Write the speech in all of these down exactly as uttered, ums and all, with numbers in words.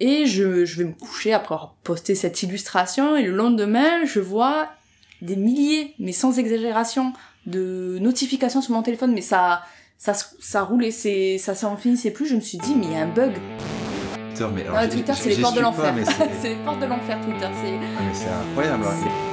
Et je, je vais me coucher après avoir posté cette illustration, et le lendemain, je vois des milliers, mais sans exagération, de notifications sur mon téléphone, mais ça, ça, ça roulait, c'est, ça s'en finissait plus. Je me suis dit, mais il y a un bug. Twitter, mais alors, Ah, Twitter, c'est les portes de l'enfer. Pas, c'est... c'est les portes de l'enfer, Twitter. C'est, ah, mais c'est incroyable.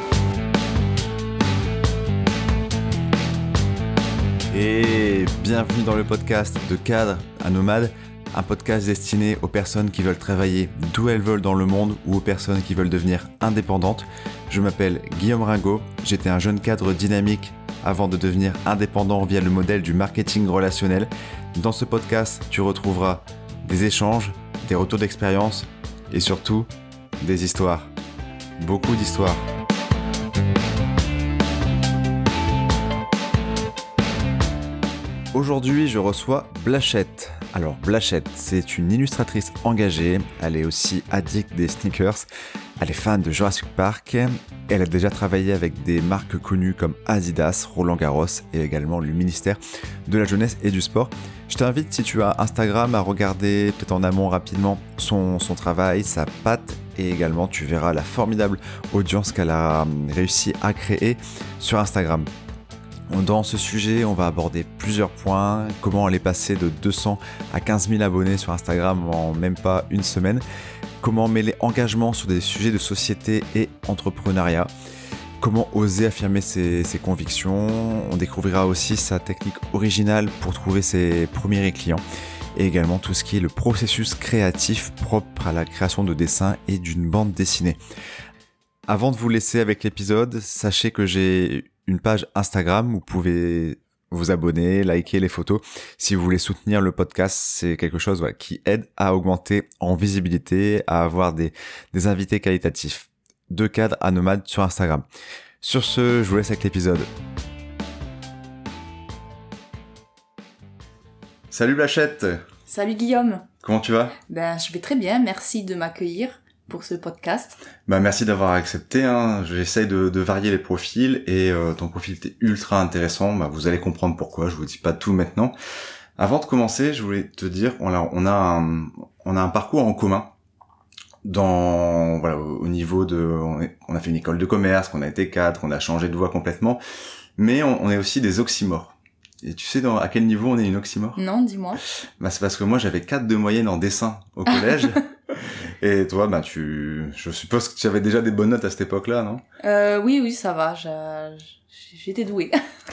C'est... Et bienvenue dans le podcast de Cadre à Nomade, un podcast destiné aux personnes qui veulent travailler d'où elles veulent dans le monde ou aux personnes qui veulent devenir indépendantes. Je m'appelle Guillaume Ringot, j'étais un jeune cadre dynamique avant de devenir indépendant via le modèle du marketing relationnel. Dans ce podcast, tu retrouveras des échanges, des retours d'expérience et surtout des histoires. Beaucoup d'histoires. Aujourd'hui, je reçois Blachette. Alors, Blachette, c'est une illustratrice engagée. Elle est aussi addict des sneakers. Elle est fan de Jurassic Park. Elle a déjà travaillé avec des marques connues comme Adidas, Roland Garros et également le ministère de la Jeunesse et du Sport. Je t'invite, si tu as Instagram, à regarder peut-être en amont rapidement son, son travail, sa patte, et également tu verras la formidable audience qu'elle a réussi à créer sur Instagram. Dans ce sujet, on va aborder plusieurs points, comment elle est passée de deux cents à quinze mille abonnés sur Instagram en même pas une semaine, comment mêler engagement sur des sujets de société et entrepreneuriat, comment oser affirmer ses, ses convictions. On découvrira aussi sa technique originale pour trouver ses premiers clients et également tout ce qui est le processus créatif propre à la création de dessins et d'une bande dessinée. Avant de vous laisser avec l'épisode, sachez que j'ai une page Instagram où vous pouvez vous abonner, liker les photos. Si vous voulez soutenir le podcast, c'est quelque chose voilà, qui aide à augmenter en visibilité, à avoir des, des invités qualitatifs. De Cadre à Nomade sur Instagram. Sur ce, je vous laisse avec l'épisode. Salut Blachette. Salut Guillaume. Comment tu vas ? Ben, je vais très bien, merci de m'accueillir pour ce podcast. Bah merci d'avoir accepté, hein. J'essaye de, de varier les profils et euh, ton profil était ultra intéressant. Bah, vous allez comprendre pourquoi, je vous dis pas tout maintenant. Avant de commencer, je voulais te dire, on a, on a, un, on a un parcours en commun. Dans voilà au niveau de on, est, on a fait une école de commerce, qu'on a été cadre, qu'on a changé de voie complètement, mais on, on est aussi des oxymores. Et tu sais dans à quel niveau on est une oxymore ? Non, dis-moi. Bah c'est parce que moi j'avais quatre de moyenne en dessin au collège. Et toi bah tu je suppose que tu avais déjà des bonnes notes à cette époque-là, non ? Euh oui oui, ça va, j'ai... j'étais douée.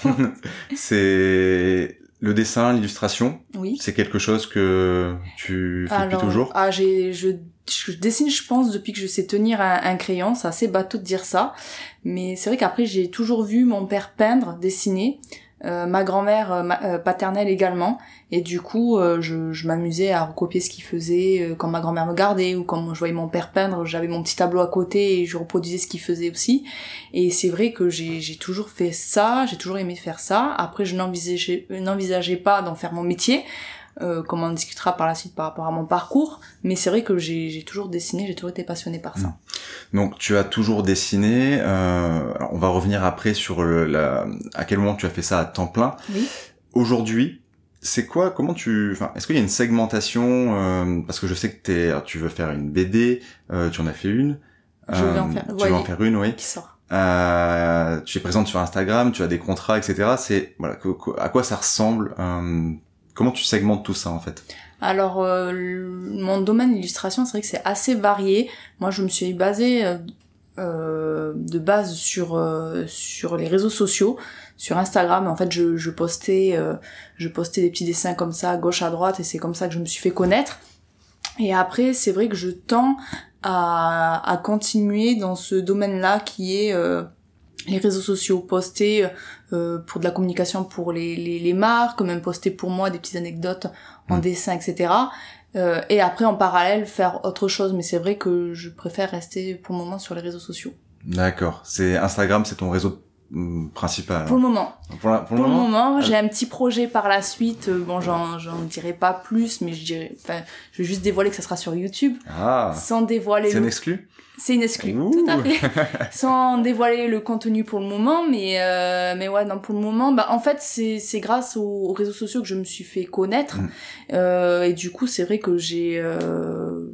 C'est le dessin, l'illustration. Oui. C'est quelque chose que tu fais Alors, depuis toujours ? Ah, j'ai je je dessine, je pense, depuis que je sais tenir un, un crayon. C'est assez bateau de dire ça, mais c'est vrai qu'après j'ai toujours vu mon père peindre, dessiner, euh, ma grand-mère euh, ma, euh, paternelle également, et du coup euh, je, je m'amusais à recopier ce qu'il faisait euh, quand ma grand-mère me gardait ou quand je voyais mon père peindre, j'avais mon petit tableau à côté et je reproduisais ce qu'il faisait aussi. Et c'est vrai que j'ai j'ai toujours fait ça, j'ai toujours aimé faire ça. Après je n'envisageais n'envisageais pas d'en faire mon métier. Euh, comme on discutera par la suite par rapport à mon parcours, mais c'est vrai que j'ai, j'ai toujours dessiné, j'ai toujours été passionnée par ça. Donc tu as toujours dessiné, euh, alors on va revenir après sur le, la, à quel moment tu as fait ça à temps plein. Oui. Aujourd'hui, c'est quoi, comment tu, enfin, est-ce qu'il y a une segmentation, euh, parce que je sais que t'es, alors, tu veux faire une B D, euh, tu en as fait une. Je vais euh, en faire, tu ouais, veux en faire une, oui. Qui sort. Euh, tu es présente sur Instagram, tu as des contrats, et cetera. C'est, voilà, que, que, à quoi ça ressemble, euh, comment tu segmentes tout ça en fait ? Alors, euh, mon domaine d'illustration, c'est vrai que c'est assez varié. Moi, je me suis basée euh, euh, de base sur euh, sur les réseaux sociaux, sur Instagram. En fait, je, je postais euh, je postais des petits dessins comme ça, à gauche à droite, et c'est comme ça que je me suis fait connaître. Et après, c'est vrai que je tends à, à continuer dans ce domaine-là qui est euh, les réseaux sociaux, poster euh, pour de la communication pour les, les, les marques, même poster pour moi des petites anecdotes en mmh. dessin, et cetera. Euh, et après, en parallèle, faire autre chose. Mais c'est vrai que je préfère rester pour le moment sur les réseaux sociaux. D'accord. C'est Instagram, c'est ton réseau principal. Pour le moment. Pour, la, pour, pour le moment, moment j'ai un petit projet par la suite. Bon, j'en, j'en dirai pas plus, mais je dirais, enfin, je vais juste dévoiler que ça sera sur YouTube. Ah. Sans dévoiler. C'est le... une exclue. C'est une exclue, Ouh. tout à fait. Sans dévoiler le contenu pour le moment, mais euh, mais ouais, non, pour le moment, bah en fait c'est c'est grâce aux, aux réseaux sociaux que je me suis fait connaître, mmh. euh, et du coup c'est vrai que j'ai euh,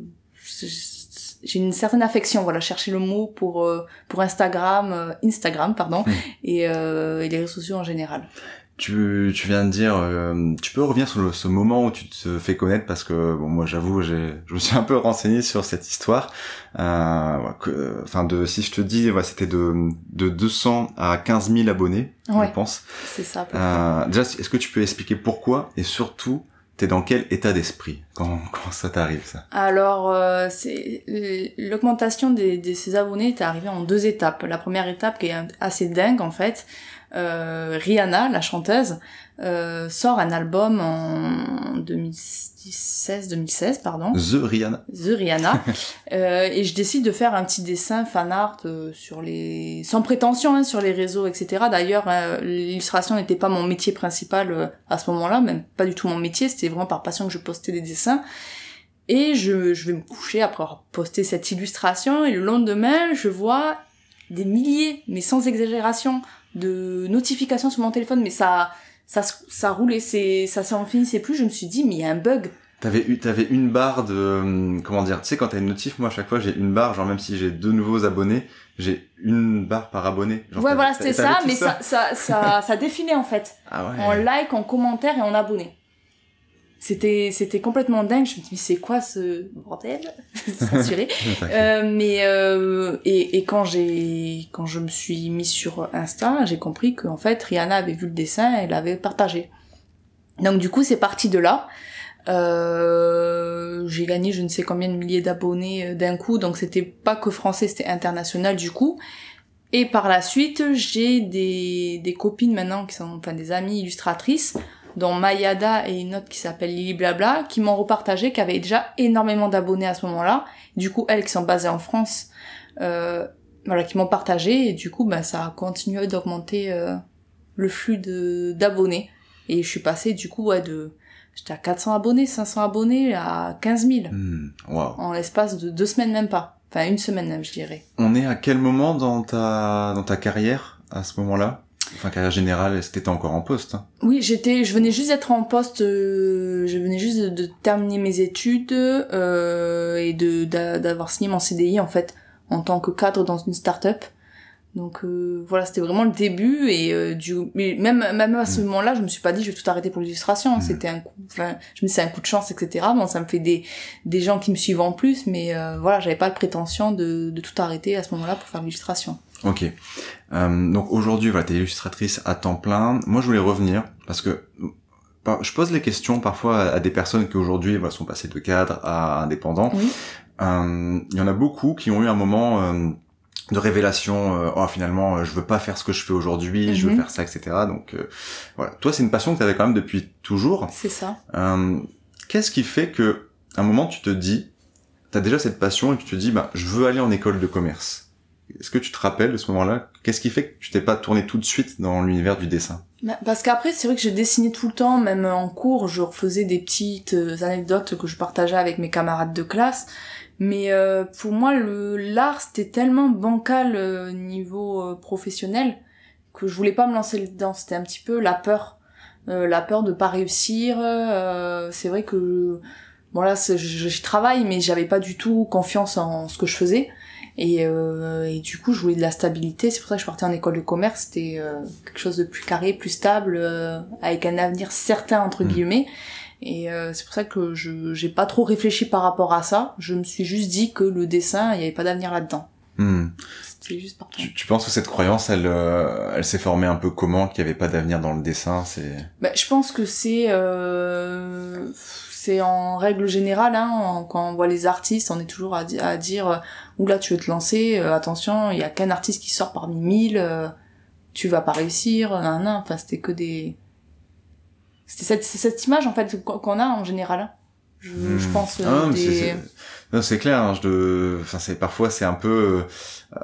j'ai une certaine affection, voilà, chercher le mot pour euh, pour Instagram, euh, Instagram, pardon, mmh. et, euh, et les réseaux sociaux en général. Tu, tu viens de dire, euh, tu peux revenir sur le, ce moment où tu te fais connaître parce que bon, moi j'avoue, j'ai, je me suis un peu renseigné sur cette histoire. Euh, que, enfin de, si je te dis, ouais, c'était de de deux cents à quinze mille abonnés, ouais, je pense. C'est ça. Euh, déjà, est-ce que tu peux expliquer pourquoi et surtout, t'es dans quel état d'esprit quand quand ça t'arrive ça? Alors, euh, c'est l'augmentation des, de ces abonnés est arrivée en deux étapes. La première étape qui est assez dingue en fait. Euh, Rihanna, la chanteuse, euh, sort un album en deux mille seize, deux mille seize, pardon. The Rihanna. The Rihanna. euh, et je décide de faire un petit dessin fan art euh, sur les, sans prétention, hein, sur les réseaux, et cetera. D'ailleurs, euh, l'illustration n'était pas mon métier principal euh, à ce moment-là, même pas du tout mon métier. C'était vraiment par passion que je postais des dessins. Et je, je vais me coucher après avoir posté cette illustration. Et le lendemain, je vois des milliers, mais sans exagération, de notifications sur mon téléphone, mais ça ça ça roulait, c'est ça s'en finissait plus. Je me suis dit mais il y a un bug. T'avais eu t'avais une barre de comment dire, tu sais quand t'as une notif, moi à chaque fois j'ai une barre, genre même si j'ai deux nouveaux abonnés, j'ai une barre par abonné. Genre, ouais voilà, c'était ça, mais ça ça ça ça défilait en fait. Ah ouais. En like, en commentaire et en abonné. C'était c'était complètement dingue. Je me dis c'est quoi ce bordel? Censuré. euh, mais euh, et et quand j'ai quand je me suis mis sur Insta, j'ai compris que en fait Rihanna avait vu le dessin et l'avait partagé. Donc du coup c'est parti de là. Euh, j'ai gagné je ne sais combien de milliers d'abonnés d'un coup, donc c'était pas que français, c'était international du coup. Et par la suite j'ai des des copines maintenant qui sont enfin des amies illustratrices, dont Mayada et une autre qui s'appelle Lily Blabla, qui m'ont repartagé, qui avaient déjà énormément d'abonnés à ce moment-là. Du coup, elles qui sont basées en France, euh, voilà, qui m'ont partagé, et du coup, ben, ça a continué d'augmenter euh, le flux de d'abonnés. Et je suis passée, du coup, ouais, de... J'étais à quatre cents abonnés, cinq cents abonnés, à quinze mille. Mmh, wow. En l'espace de deux semaines, même pas. Enfin, une semaine même, je dirais. On est à quel moment dans ta, dans ta carrière, à ce moment-là? Enfin, carrière générale, est-ce que t'étais encore en poste? Hein? Oui, j'étais, je venais juste d'être en poste, euh, je venais juste de, de terminer mes études euh, et de d'a, d'avoir signé mon C D I en fait en tant que cadre dans une start-up. Donc euh, voilà, c'était vraiment le début et euh, du mais même même à ce mmh. moment-là, je me suis pas dit je vais tout arrêter pour l'illustration. Mmh. C'était un coup, enfin, je me dis c'est un coup de chance, et cetera. Bon, ça me fait des des gens qui me suivent en plus, mais euh, voilà, j'avais pas de prétention de de tout arrêter à ce moment-là pour faire l'illustration. Ok. Euh, donc aujourd'hui, voilà, t'es illustratrice à temps plein. Moi, je voulais revenir parce que je pose les questions parfois à des personnes qui aujourd'hui voilà, sont passées de cadre à indépendants. Oui. Euh, il y en a beaucoup qui ont eu un moment euh, de révélation. Euh, oh, finalement, je veux pas faire ce que je fais aujourd'hui. Mm-hmm. Je veux faire ça, et cetera. Donc euh, voilà. Toi, c'est une passion que t'avais quand même depuis toujours. C'est ça. Euh, qu'est-ce qui fait que, à un moment, tu te dis, t'as déjà cette passion et tu te dis, bah, je veux aller en école de commerce. Est-ce que tu te rappelles de ce moment-là? Qu'est-ce qui fait que tu t'es pas tourné tout de suite dans l'univers du dessin? Parce qu'après, c'est vrai que je dessinais tout le temps, même en cours, je refaisais des petites anecdotes que je partageais avec mes camarades de classe. Mais euh, pour moi, le l'art, c'était tellement bancal euh, niveau euh, professionnel que je voulais pas me lancer dedans. C'était un petit peu la peur. Euh, la peur de pas réussir. Euh, c'est vrai que bon là, j'y travaille, mais j'avais pas du tout confiance en ce que je faisais. Et, euh, et du coup, je voulais de la stabilité. C'est pour ça que je partais en école de commerce. C'était euh, quelque chose de plus carré, plus stable, euh, avec un avenir certain entre mmh. guillemets. Et euh, c'est pour ça que je j'ai pas trop réfléchi par rapport à ça. Je me suis juste dit que le dessin, il y avait pas d'avenir là-dedans. Mmh. C'était juste partant. Tu, tu penses que cette croyance, elle, euh, elle s'est formée un peu comment, qu'il y avait pas d'avenir dans le dessin? C'est. Bah, je pense que c'est. Euh... C'est en règle générale, hein, quand on voit les artistes, on est toujours à, di- à dire euh, « Oula, tu veux te lancer, euh, attention, il y a qu'un artiste qui sort parmi mille, euh, tu vas pas réussir, nan, nan. » Enfin, c'était que des... C'était cette, cette image, en fait, qu'on a en général. Hein. Je, mmh. je pense... Euh, ah, non, des... c'est, c'est... Non, c'est clair. Hein, je... enfin, c'est, parfois, c'est un peu... Euh,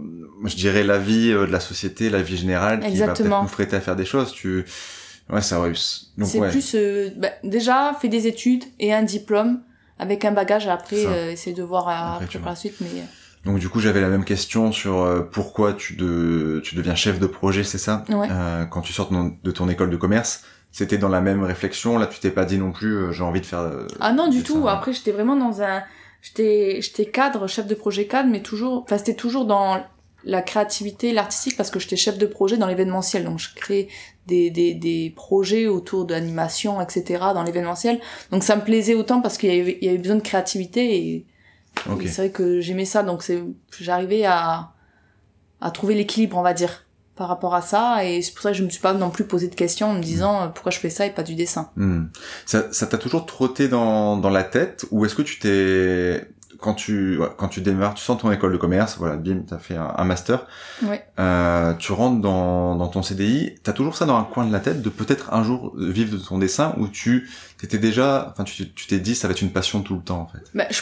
je dirais la vie euh, de la société, la vie générale, qui Exactement. va peut-être nous fréter à faire des choses. Tu... Ouais, ça réussit. Donc, c'est ouais. plus euh, bah, déjà fais des études et un diplôme avec un bagage après euh, essayer de voir à, après, après par la suite mais donc du coup j'avais la même question sur euh, pourquoi tu de tu deviens chef de projet, c'est ça? Ouais. Euh, quand tu sors de, ton, de ton école de commerce, c'était dans la même réflexion là, tu t'es pas dit non plus euh, j'ai envie de faire euh, ah non du tout ça, après j'étais vraiment dans un j'étais, j'étais cadre, chef de projet cadre, mais toujours, enfin c'était toujours dans la créativité, l'artistique, parce que j'étais chef de projet dans l'événementiel, donc je créais des, des, des projets autour de l'animation, et cetera dans l'événementiel. Donc ça me plaisait autant parce qu'il y avait, il y avait besoin de créativité et, okay. et c'est vrai que j'aimais ça, donc c'est, j'arrivais à, à trouver l'équilibre, on va dire, par rapport à ça, et c'est pour ça que je me suis pas non plus posé de questions en me disant mmh. pourquoi je fais ça et pas du dessin. Mmh. Ça, ça t'a toujours trotté dans, dans la tête, ou est-ce que tu t'es, quand tu, ouais, quand tu démarres, tu sens ton école de commerce, voilà, bim, t'as fait un, un master, ouais. euh, tu rentres dans, dans ton C D I, t'as toujours ça dans un coin de la tête de peut-être un jour vivre de ton dessin, ou tu t'étais déjà, enfin, tu, tu t'es dit ça va être une passion tout le temps, en fait. Bah, je,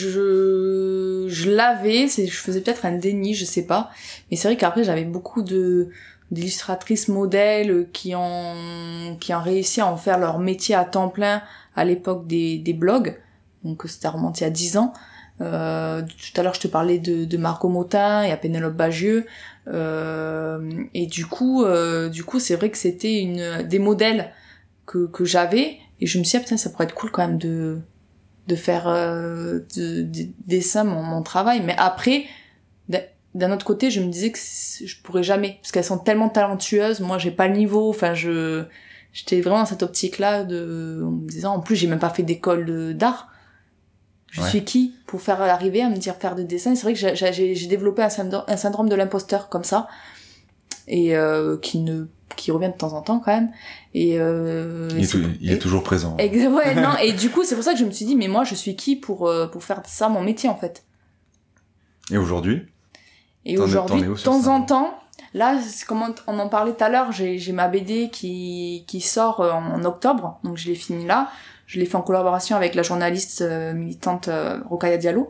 je, je l'avais, c'est, je faisais peut-être un déni, je sais pas, mais c'est vrai qu'après j'avais beaucoup de, d'illustratrices modèles qui ont, qui ont réussi à en faire leur métier à temps plein à l'époque des, des blogs, donc c'était remonté à dix ans. Euh, tout à l'heure je te parlais de, de Margot Motin et à Pénélope Bagieux, euh, et du coup euh, du coup c'est vrai que c'était une des modèles que que j'avais, et je me suis dit putain ça pourrait être cool quand même de de faire euh, de, de dessin mon, mon travail, mais après d'un autre côté je me disais que je pourrais jamais parce qu'elles sont tellement talentueuses, moi j'ai pas le niveau, enfin je j'étais vraiment dans cette optique là de en me disant en plus j'ai même pas fait d'école de, d'art. Je ouais. suis qui pour faire arriver à me dire faire de dessin. C'est vrai que j'ai, j'ai, j'ai développé un syndrome, un syndrome de l'imposteur comme ça, et euh, qui ne qui revient de temps en temps quand même. Et euh, il, est, tout, il et, est toujours présent. Et, ouais, non. Et du coup, c'est pour ça que je me suis dit, mais moi, je suis qui pour euh, pour faire ça mon métier en fait. Et aujourd'hui. Et t'en aujourd'hui, de temps en temps. Là, c'est comme on en parlait tout à l'heure, j'ai, j'ai ma B D qui qui sort en, en octobre, donc je l'ai fini là. Je l'ai fait en collaboration avec la journaliste euh, militante euh, Rokhaya Diallo.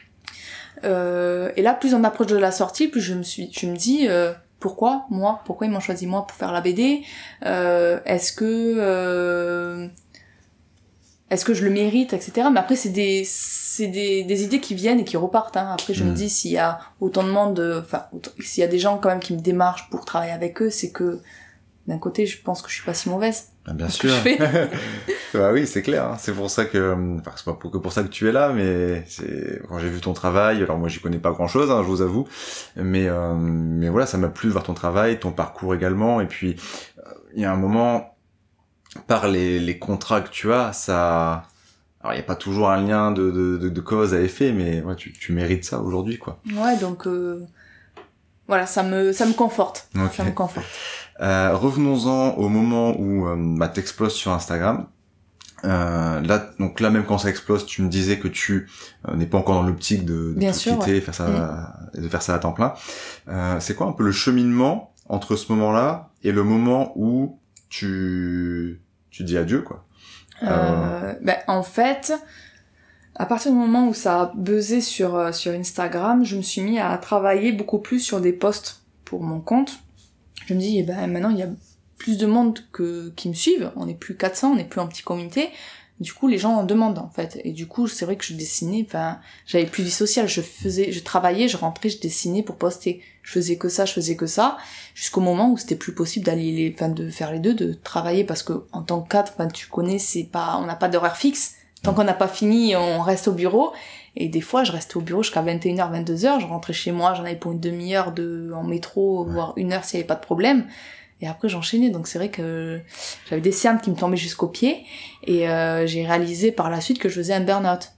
Euh, et là, plus on approche de la sortie, plus je me suis, je me dis euh, pourquoi moi, pourquoi ils m'ont choisi moi pour faire la B D. Euh, est-ce que euh, est-ce que je le mérite, et cetera. Mais après, c'est des c'est des, des idées qui viennent et qui repartent. Hein. Après, je mmh. me dis s'il y a autant de monde, enfin s'il y a des gens quand même qui me démarchent pour travailler avec eux, c'est que d'un côté, je pense que je suis pas si mauvaise. Ah, bien sûr. Bah oui, c'est clair. Hein. C'est pour ça que, enfin, c'est pas pour, que pour ça que tu es là, mais c'est quand j'ai vu ton travail. Alors moi, j'y connais pas grand-chose, hein, je vous avoue, mais euh, mais voilà, ça m'a plu de voir ton travail, ton parcours également. Et puis, il euh, y a un moment, par les les contrats que tu as, ça. Alors, il y a pas toujours un lien de de de, de cause à effet, mais ouais, tu tu mérites ça aujourd'hui, quoi. Ouais, donc euh, voilà, ça me ça me conforte. Okay. Ça me conforte. Euh, revenons-en au moment où euh, bah, t'exploses sur Instagram. Euh, là, donc là même quand ça explose, tu me disais que tu euh, n'es pas encore dans l'optique de, de tout sûr, quitter, ouais. faire ça, mmh. de faire ça à temps plein. Euh, c'est quoi un peu le cheminement entre ce moment-là et le moment où tu tu dis adieu, quoi? Euh, euh... Ben en fait, à partir du moment où ça a buzzé sur sur Instagram, je me suis mis à travailler beaucoup plus sur des posts pour mon compte. Je me dis, eh ben, maintenant, il y a plus de monde que, qui me suivent. On n'est plus quatre cents, on n'est plus en petit comité. Du coup, les gens en demandent, en fait. Et du coup, c'est vrai que je dessinais, enfin, j'avais plus de vie sociale. Je faisais, je travaillais, je rentrais, je dessinais pour poster. Je faisais que ça, je faisais que ça. Jusqu'au moment où c'était plus possible d'aller les, enfin, de faire les deux, de travailler. Parce que, en tant que cadre, enfin, tu connais, c'est pas, on n'a pas d'horaire fixe. Tant qu'on n'a pas fini, on reste au bureau. Et des fois, je restais au bureau jusqu'à vingt et une heures, vingt-deux heures. Je rentrais chez moi, j'en avais pour une demi-heure de, en métro, ouais. voire une heure s'il n'y avait pas de problème. Et après, j'enchaînais. Donc, c'est vrai que j'avais des cernes qui me tombaient jusqu'aux pieds. Et euh, j'ai réalisé par la suite que je faisais un burn-out.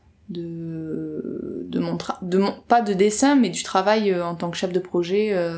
De, de mon tra- de mon, pas de dessin, mais du travail euh, en tant que chef de projet. Euh...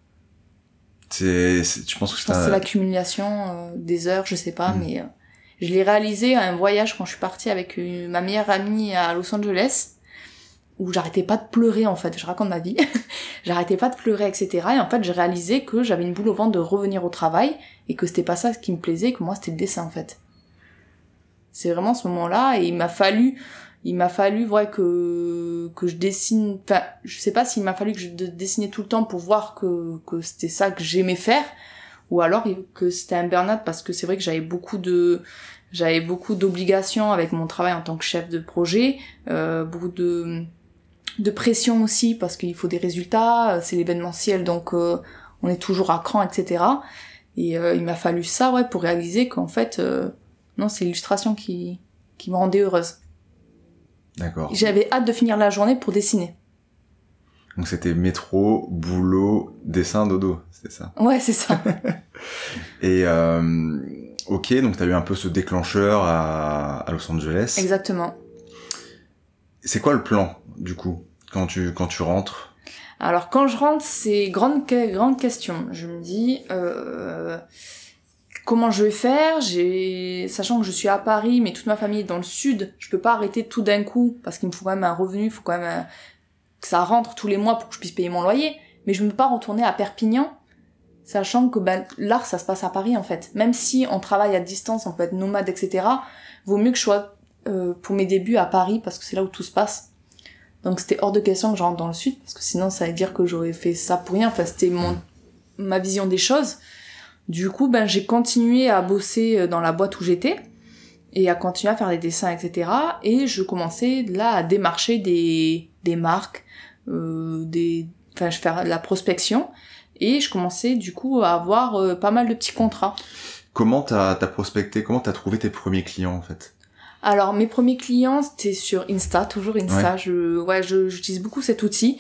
C'est, c'est, tu penses que je c'est pense un... c'est l'accumulation euh, des heures, je sais pas, mmh. mais euh, je l'ai réalisé à un voyage quand je suis partie avec une, ma meilleure amie à Los Angeles. Où j'arrêtais pas de pleurer, en fait, je raconte ma vie, j'arrêtais pas de pleurer, et cetera. Et en fait, j'ai réalisé que j'avais une boule au ventre de revenir au travail, et que c'était pas ça qui me plaisait, que moi, c'était le dessin, en fait. C'est vraiment ce moment-là, et il m'a fallu, il m'a fallu, ouais, que, que je dessine, enfin, je sais pas s'il m'a fallu que je dessinais tout le temps pour voir que, que c'était ça que j'aimais faire, ou alors que c'était un burn-out, parce que c'est vrai que j'avais beaucoup de, j'avais beaucoup d'obligations avec mon travail en tant que chef de projet, euh, beaucoup de, de pression aussi parce qu'il faut des résultats, c'est l'événementiel donc euh, on est toujours à cran, et cetera. Et euh, il m'a fallu ça ouais pour réaliser qu'en fait euh, non c'est l'illustration qui qui me rendait heureuse. D'accord. J'avais hâte de finir la journée pour dessiner. Donc c'était métro, boulot, dessin, dodo, c'est ça? Ouais, c'est ça. Et euh, ok, donc t'as eu un peu ce déclencheur à, à Los Angeles. Exactement. C'est quoi le plan, du coup, quand tu, quand tu rentres? Alors quand je rentre, c'est grande, grande question. Je me dis... Euh... Comment je vais faire? J'ai, sachant que je suis à Paris, mais toute ma famille est dans le sud, je peux pas arrêter tout d'un coup parce qu'il me faut quand même un revenu, il faut quand même un... que ça rentre tous les mois pour que je puisse payer mon loyer. Mais je ne peux pas retourner à Perpignan, sachant que ben l'art ça se passe à Paris en fait. Même si on travaille à distance, on peut être nomade, et cetera. Vaut mieux que je sois euh, pour mes débuts à Paris parce que c'est là où tout se passe. Donc c'était hors de question que je rentre dans le sud parce que sinon ça veut dire que j'aurais fait ça pour rien. Enfin c'était mon ma vision des choses. Du coup, ben j'ai continué à bosser dans la boîte où j'étais et à continuer à faire des dessins, et cetera. Et je commençais là à démarcher des des marques, euh, des, enfin je fais de la prospection et je commençais du coup à avoir euh, pas mal de petits contrats. Comment t'as t'as prospecté? Comment t'as trouvé tes premiers clients en fait? Alors mes premiers clients c'était sur Insta, toujours Insta. Ouais. Je ouais je j'utilise beaucoup cet outil.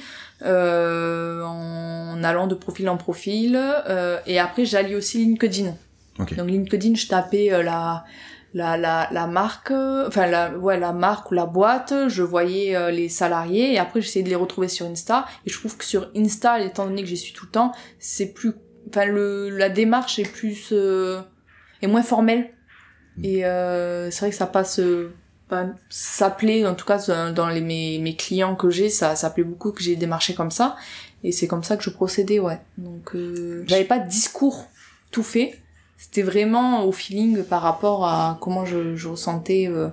Euh, en allant de profil en profil euh, et après j'allie aussi LinkedIn. Okay. Donc LinkedIn je tapais euh, la la la la marque euh, enfin la ouais la marque ou la boîte, je voyais euh, les salariés et après j'essayais de les retrouver sur Insta et je trouve que sur Insta étant donné que j'y suis tout le temps, c'est plus enfin le la démarche est plus euh, est moins formelle mmh. et euh, c'est vrai que ça passe euh, Ben, ça plaît, en tout cas dans les, mes, mes clients que j'ai, ça, ça plaît beaucoup que j'ai démarché comme ça, et c'est comme ça que je procédais, ouais. Donc euh, j'avais pas de discours tout fait, c'était vraiment au feeling par rapport à comment je, je ressentais euh,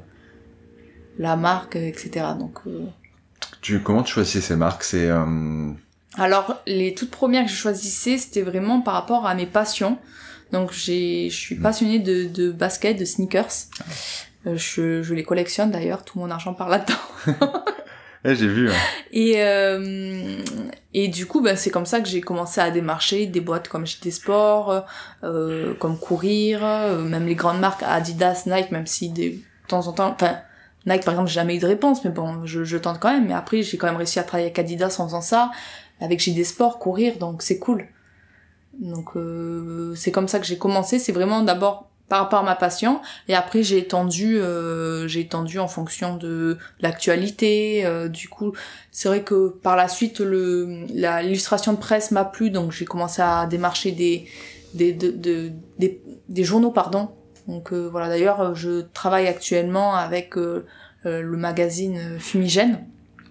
la marque, et cetera. Donc euh... tu comment tu choisissais ces marques? C'est euh... alors les toutes premières que je choisissais, c'était vraiment par rapport à mes passions. Donc j'ai, je suis passionnée de, de basket, de sneakers. Ah. Je, je les collectionne d'ailleurs, tout mon argent part là-dedans. Ouais, j'ai vu. Hein. Et, euh, et du coup, ben, c'est comme ça que j'ai commencé à démarcher des boîtes comme J D Sport, euh, comme Courir, euh, même les grandes marques Adidas, Nike, même si des, de temps en temps... Enfin, Nike par exemple, j'ai jamais eu de réponse, mais bon, je, je tente quand même. Mais après, j'ai quand même réussi à travailler avec Adidas en faisant ça, avec J D Sport, Courir, donc c'est cool. Donc euh, c'est comme ça que j'ai commencé, c'est vraiment d'abord... par rapport à ma passion, et après j'ai étendu euh, j'ai étendu en fonction de l'actualité. Euh, du coup c'est vrai que par la suite le la l'illustration de presse m'a plu, donc j'ai commencé à démarcher des des de, de, des, des journaux pardon. Donc euh, voilà, d'ailleurs je travaille actuellement avec euh, euh, le magazine Fumigène.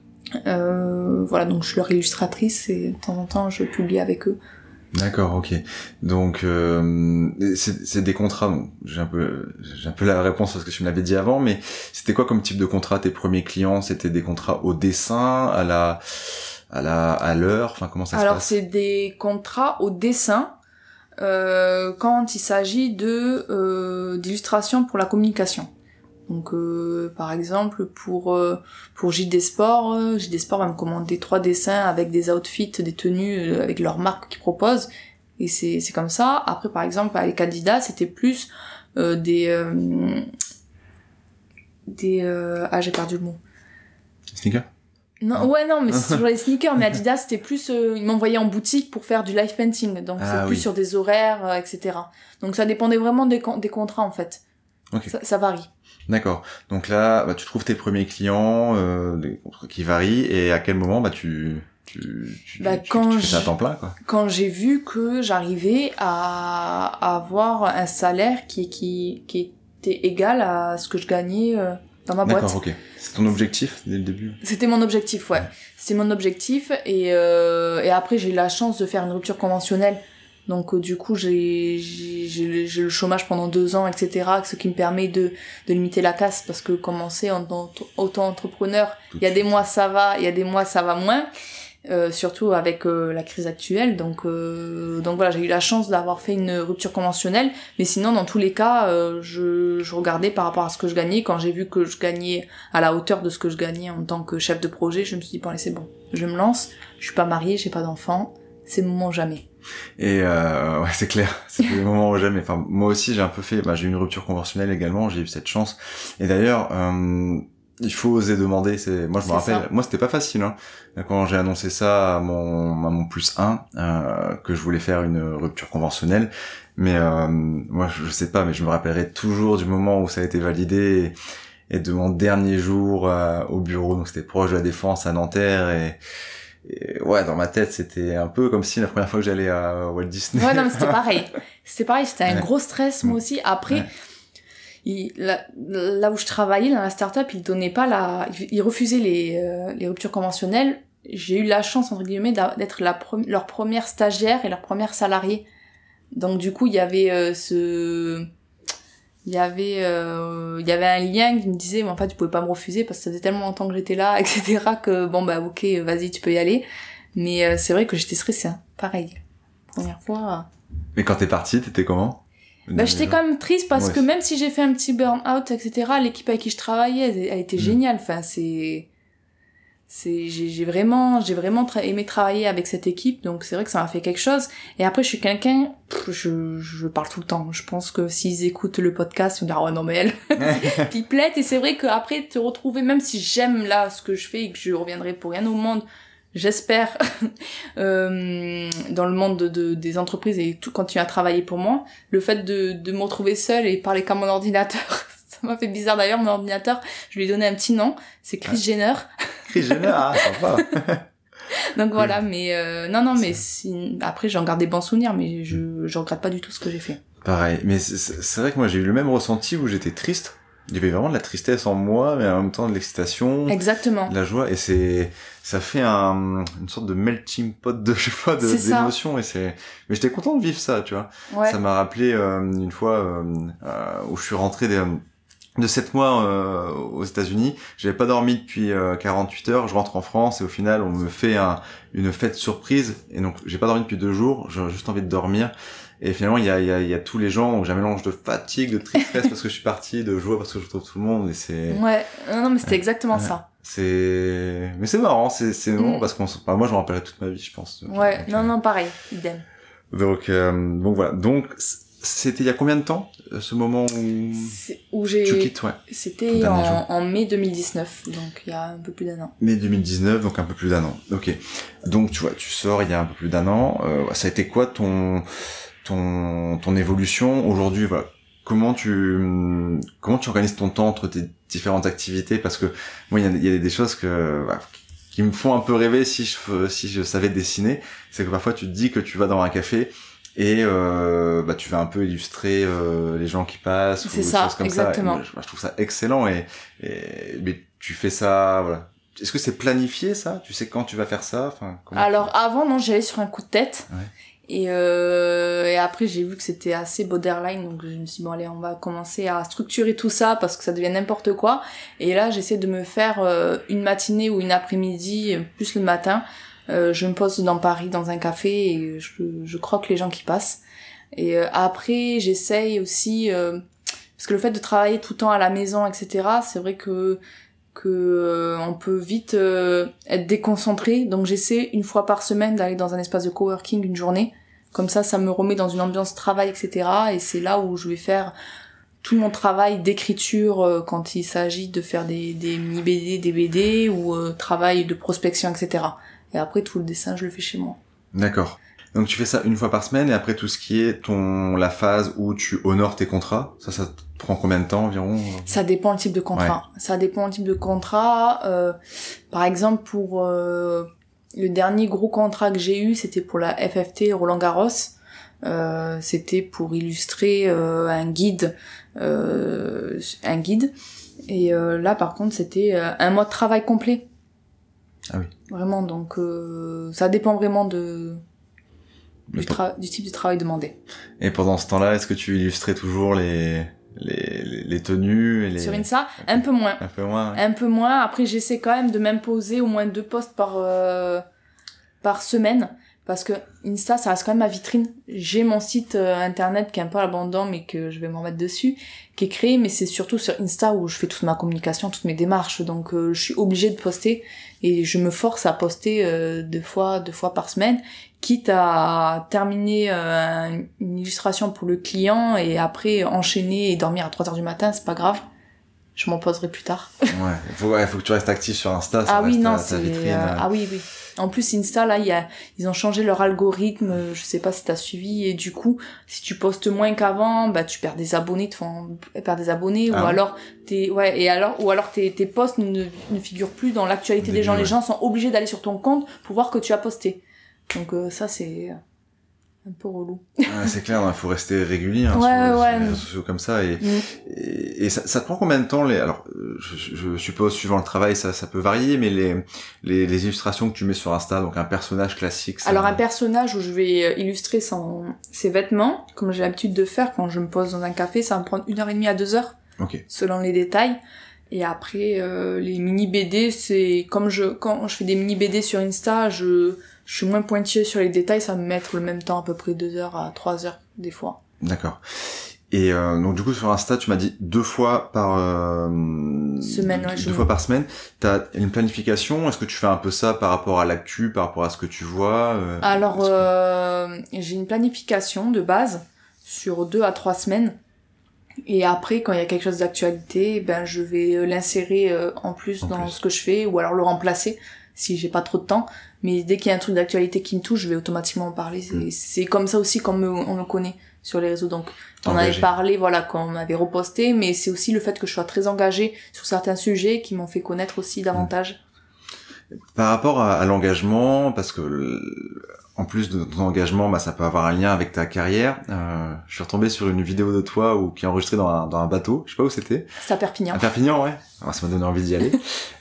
Euh, voilà, donc je suis leur illustratrice et de temps en temps je publie avec eux. D'accord, ok. Donc euh, c'est, c'est des contrats. Bon, j'ai un peu, j'ai un peu la réponse parce que tu me l'avais dit avant, mais c'était quoi comme type de contrat? Tes premiers clients, c'était des contrats au dessin, à la, à la, à l'heure. Enfin, comment ça se Alors, passe? Alors c'est des contrats au dessin euh, quand il s'agit de euh, d'illustration pour la communication. Donc euh, par exemple pour euh, pour J D Sport, euh, J D Sport va me commander trois dessins avec des outfits, des tenues euh, avec leur marque qu'ils proposent, et c'est c'est comme ça. Après par exemple avec Adidas, c'était plus euh, des euh, des euh, ah j'ai perdu le mot. Sneakers? Non, ouais non, mais c'est toujours les sneakers, mais Adidas c'était plus euh, ils m'envoyaient en boutique pour faire du live painting, donc ah, c'est plus oui. sur des horaires, euh, et cetera. Donc ça dépendait vraiment des des contrats en fait. Okay. Ça, ça varie. D'accord. Donc là, bah, tu trouves tes premiers clients euh, qui varient, et à quel moment bah tu tu tu, bah, tu, quand tu fais ça à temps plein quoi? Quand j'ai vu que j'arrivais à, à avoir un salaire qui qui qui était égal à ce que je gagnais euh, dans ma boîte. D'accord, ok. C'est ton objectif dès le début? C'était mon objectif, ouais. ouais. C'était mon objectif, et euh, et après j'ai eu la chance de faire une rupture conventionnelle. Donc euh, du coup j'ai, j'ai j'ai j'ai le chômage pendant deux ans, et cetera. Ce qui me permet de de limiter la casse, parce que commencer en auto-entrepreneur, il y a des mois ça va, il y a des mois ça va moins, euh, surtout avec euh, la crise actuelle. Donc euh, donc voilà, j'ai eu la chance d'avoir fait une rupture conventionnelle, mais sinon dans tous les cas, euh, je je regardais par rapport à ce que je gagnais. Quand j'ai vu que je gagnais à la hauteur de ce que je gagnais en tant que chef de projet, je me suis dit bon allez c'est bon, je me lance. Je suis pas mariée, j'ai pas d'enfant, c'est le moment ou jamais. Et euh, ouais, c'est clair, c'est le moment ou jamais. Enfin, moi aussi, j'ai un peu fait, bah, j'ai eu une rupture conventionnelle également, j'ai eu cette chance. Et d'ailleurs, euh, il faut oser demander. C'est moi je me rappelle, ça. Moi c'était pas facile. Hein. Quand j'ai annoncé ça à mon à mon plus un, euh, que je voulais faire une rupture conventionnelle, mais euh, moi je sais pas, mais je me rappellerai toujours du moment où ça a été validé et, et de mon dernier jour euh, au bureau. Donc c'était proche de la Défense à Nanterre et Et ouais, dans ma tête, c'était un peu comme si la première fois que j'allais à Walt Disney. Ouais, non, mais c'était pareil. C'était pareil, c'était un ouais. gros stress, moi aussi. Après, ouais. il, là, là où je travaillais, dans la start-up, ils donnaient pas la, ils refusaient les, euh, les ruptures conventionnelles. J'ai eu la chance, entre guillemets, d'être la pre- leur première stagiaire et leur première salariée. Donc, du coup, il y avait euh, ce, il y avait, euh, il y avait un lien qui me disait, mais en fait, tu pouvais pas me refuser parce que ça faisait tellement longtemps que j'étais là, et cetera que bon, bah, ok, vas-y, tu peux y aller. Mais euh, c'est vrai que j'étais stressée, hein. Pareil. Première fois. Mais quand t'es partie, t'étais comment? Bah, j'étais quand même triste parce ouais. que même si j'ai fait un petit burn-out, et cetera, l'équipe avec qui je travaillais, elle, elle était mmh. géniale. Enfin, c'est, c'est, j'ai, j'ai vraiment, j'ai vraiment tra- aimé travailler avec cette équipe, donc c'est vrai que ça m'a fait quelque chose. Et après, je suis quelqu'un, pff, je, je parle tout le temps. Je pense que s'ils écoutent le podcast, ils vont dire, oh non, mais elle, pipelette. Et c'est vrai qu'après, te retrouver, même si j'aime là ce que je fais et que je reviendrai pour rien au monde, j'espère, euh, dans le monde de, de, des entreprises et tout, continuer à travailler pour moi, le fait de, de me retrouver seule et parler qu'à mon ordinateur, ça m'a fait bizarre d'ailleurs, mon ordinateur, je lui ai donné un petit nom, c'est Chris ah. Jenner. Chris Jenner, ah, sympa. Donc voilà, mais euh, non, non, mais si, après j'en garde des bons souvenirs, mais je, je regrette pas du tout ce que j'ai fait. Pareil, mais c'est, c'est vrai que moi j'ai eu le même ressenti où j'étais triste. Il y avait vraiment de la tristesse en moi, mais en même temps de l'excitation. Exactement. De la joie, et c'est, ça fait un, une sorte de melting pot de, je sais pas, de, d'émotions, et c'est, mais j'étais content de vivre ça, tu vois. Ouais. Ça m'a rappelé, euh, une fois, euh, euh, où je suis rentré des, de sept mois, euh, aux États-Unis. J'avais pas dormi depuis, euh, quarante-huit heures. Je rentre en France, et au final, on me fait un, une fête surprise, et donc, j'ai pas dormi depuis deux jours. J'ai juste envie de dormir. Et finalement, il y a, il y a, il y a tous les gens où j'ai un mélange de fatigue, de tristesse parce que je suis parti, de joie parce que je retrouve tout le monde, et c'est... Ouais, non, mais c'était exactement ouais. ça. C'est, mais c'est marrant, c'est, c'est marrant mm. parce qu'on, enfin, moi, je me rappellerai toute ma vie, je pense. Ouais, donc, non, euh... non, pareil, idem. Donc, euh, donc voilà. Donc, c'était il y a combien de temps, ce moment où, c'est, où j'ai... tu quittes, ouais. C'était en, en mai deux mille dix-neuf, donc il y a un peu plus d'un an. Mai deux mille dix-neuf, donc un peu plus d'un an. Ok. Donc, tu vois, tu sors il y a un peu plus d'un an. Euh, ça a été quoi ton, ton, ton évolution aujourd'hui, voilà. Comment tu, comment tu organises ton temps entre tes différentes activités? Parce que, moi, il y a, il y a des choses que, voilà, qui me font un peu rêver si je, si je savais dessiner. C'est que parfois, tu te dis que tu vas dans un café et, euh, bah, tu vas un peu illustrer, euh, les gens qui passent. C'est ou ça, des choses comme exactement. ça. Et moi, je trouve ça excellent et, et, mais tu fais ça, voilà. Est-ce que c'est planifié, ça? Tu sais quand tu vas faire ça? Enfin, comment Alors, tu... avant, non, j'allais sur un coup de tête. Ouais. Et, euh, et après, j'ai vu que c'était assez borderline, donc je me suis dit, bon, allez, on va commencer à structurer tout ça parce que ça devient n'importe quoi. Et là, j'essaie de me faire euh, une matinée ou une après-midi, plus le matin. Euh, je me pose dans Paris, dans un café, et je, je croque les gens qui passent. Et euh, après, j'essaye aussi, euh, parce que le fait de travailler tout le temps à la maison, et cetera, c'est vrai que que euh, on peut vite euh, être déconcentré. Donc j'essaie une fois par semaine d'aller dans un espace de coworking une journée. Comme ça, ça me remet dans une ambiance travail, et cetera. Et c'est là où je vais faire tout mon travail d'écriture euh, quand il s'agit de faire des, des mini-B D, des B D ou euh, travail de prospection, et cetera. Et après, tout le dessin, je le fais chez moi. D'accord. Donc tu fais ça une fois par semaine, et après tout ce qui est ton la phase où tu honores tes contrats, ça, ça te prend combien de temps environ? Ça dépend le type de contrat. Ouais. Ça dépend le type de contrat. Euh, par exemple, pour... Euh, le dernier gros contrat que j'ai eu, c'était pour la F F T Roland Garros. Euh, c'était pour illustrer euh, un guide, euh, un guide. Et euh, là, par contre, c'était euh, un mois de travail complet. Ah oui. Vraiment, donc euh, ça dépend vraiment de du, tra- du type de travail demandé. Et pendant ce temps-là, est-ce que tu illustrais toujours les les les, les tenues et les... Sur Insta, un peu moins. Un peu moins. Ouais. Un peu moins. Après, j'essaie quand même de m'imposer au moins deux posts par euh, par semaine, parce que Insta, ça reste quand même ma vitrine. J'ai mon site euh, internet qui est un peu à l'abandon, mais que je vais m'en mettre dessus, qui est créé, mais c'est surtout sur Insta où je fais toute ma communication, toutes mes démarches. Donc, euh, je suis obligée de poster, et je me force à poster euh, deux fois, deux fois par semaine, quitte à terminer euh, une illustration pour le client et après enchaîner et dormir à trois heures du matin, c'est pas grave. je m'en poserai plus tard. Ouais, il faut, ouais, faut que tu restes actif sur Insta, ça ah reste oui, non, ta, c'est... ta vitrine. Euh, ah oui, oui. En plus, Insta, là, y a, ils ont changé leur algorithme, je sais pas si t'as suivi, et du coup, si tu postes moins qu'avant, bah, tu perds des abonnés, tu perds des abonnés, ah ou, alors, tes, ouais, et alors, ou alors tes, tes posts ne, ne figurent plus dans l'actualité des, des gens. Ouais. Les gens sont obligés d'aller sur ton compte pour voir que tu as posté. Donc, euh, ça, c'est un peu relou. Ouais, c'est clair, il faut rester régulier hein, ouais, sur, ouais, sur les réseaux sociaux comme ça. Et, mm. et, et ça, ça te prend combien de temps les... Alors, je, je suppose, suivant le travail, ça, ça peut varier, mais les, les, les illustrations que tu mets sur Insta, donc un personnage classique... Ça... Alors, un personnage où je vais illustrer son, ses vêtements, comme j'ai l'habitude de faire quand je me pose dans un café, ça va me prendre une heure et demie à deux heures, okay. selon les détails. Et après, euh, les mini-B D, c'est... Comme je, quand je fais des mini-B D sur Insta, je... Je suis moins pointilleuse sur les détails, ça va me mettre le même temps, à peu près deux heures à trois heures, des fois. D'accord. Et euh, donc du coup, sur Insta, tu m'as dit deux fois par... Euh, semaine, ouais. Deux je... fois par semaine. T'as une planification? Est-ce que tu fais un peu ça par rapport à l'actu, par rapport à ce que tu vois euh, Alors, que... euh, j'ai une planification de base sur deux à trois semaines. Et après, quand il y a quelque chose d'actualité, ben je vais l'insérer euh, en plus en dans plus. ce que je fais, ou alors le remplacer si j'ai pas trop de temps. Mais dès qu'il y a un truc d'actualité qui me touche, je vais automatiquement en parler. C'est, mmh. c'est comme ça aussi qu'on me, on me connaît sur les réseaux. Donc, on avait parlé, voilà, quand on m'avait reposté, mais c'est aussi le fait que je sois très engagée sur certains sujets qui m'ont fait connaître aussi davantage. Mmh. Par rapport à, à l'engagement, parce que en plus de ton engagement, bah, ça peut avoir un lien avec ta carrière. Euh, je suis retombé sur une vidéo de toi où, qui est enregistrée dans un, dans un bateau. Je sais pas où c'était. C'est à Perpignan. À Perpignan, ouais. Alors, ça m'a donné envie d'y aller.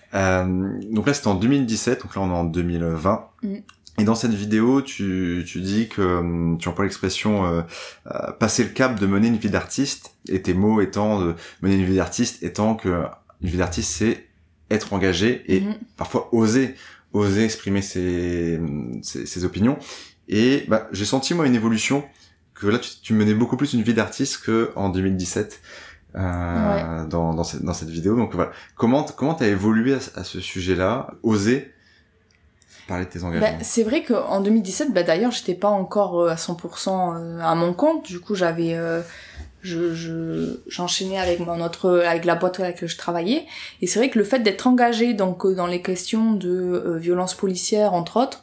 Euh, donc là c'était en deux mille dix-sept, donc là on est en deux mille vingt. Mm. Et dans cette vidéo, tu, tu dis que tu emploies l'expression euh, euh, passer le cap de mener une vie d'artiste, et tes mots étant de mener une vie d'artiste étant que une vie d'artiste c'est être engagé et mm. parfois oser oser exprimer ses, ses, ses opinions. Et bah j'ai senti moi une évolution, que là tu, tu menais beaucoup plus une vie d'artiste que en deux mille dix-sept. Euh, ouais. dans, dans, cette, dans cette vidéo. Donc voilà, comment comment t'as évolué à, à ce sujet-là, oser parler de tes engagements? Ben, c'est vrai qu'en deux mille dix-sept, ben, d'ailleurs, j'étais pas encore à cent pour cent à mon compte. Du coup, j'avais, euh, je, je, j'enchaînais avec mon autre, avec la boîte avec laquelle je travaillais. Et c'est vrai que le fait d'être engagée donc dans les questions de euh, violence policière, entre autres,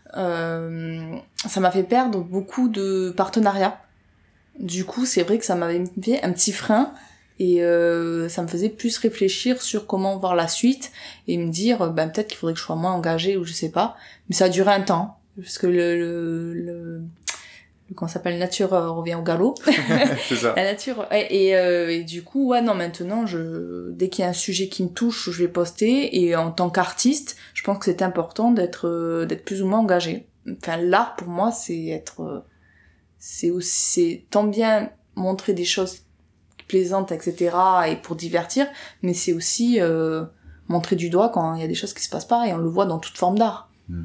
euh, ça m'a fait perdre beaucoup de partenariats. Du coup, c'est vrai que ça m'avait fait un petit frein. Et euh, ça me faisait plus réfléchir sur comment voir la suite et me dire ben peut-être qu'il faudrait que je sois moins engagée ou je sais pas. Mais ça a duré un temps parce que le le, le, le comment ça s'appelle nature euh, revient au galop. C'est ça. La nature et, et, euh, et du coup ouais non maintenant je dès qu'il y a un sujet qui me touche je vais poster et en tant qu'artiste je pense que c'est important d'être euh, d'être plus ou moins engagé. Enfin l'art pour moi c'est être euh, c'est aussi c'est tant bien montrer des choses plaisante, et cetera, et pour divertir, mais c'est aussi euh, montrer du doigt quand il y a des choses qui se passent pas, et on le voit dans toute forme d'art.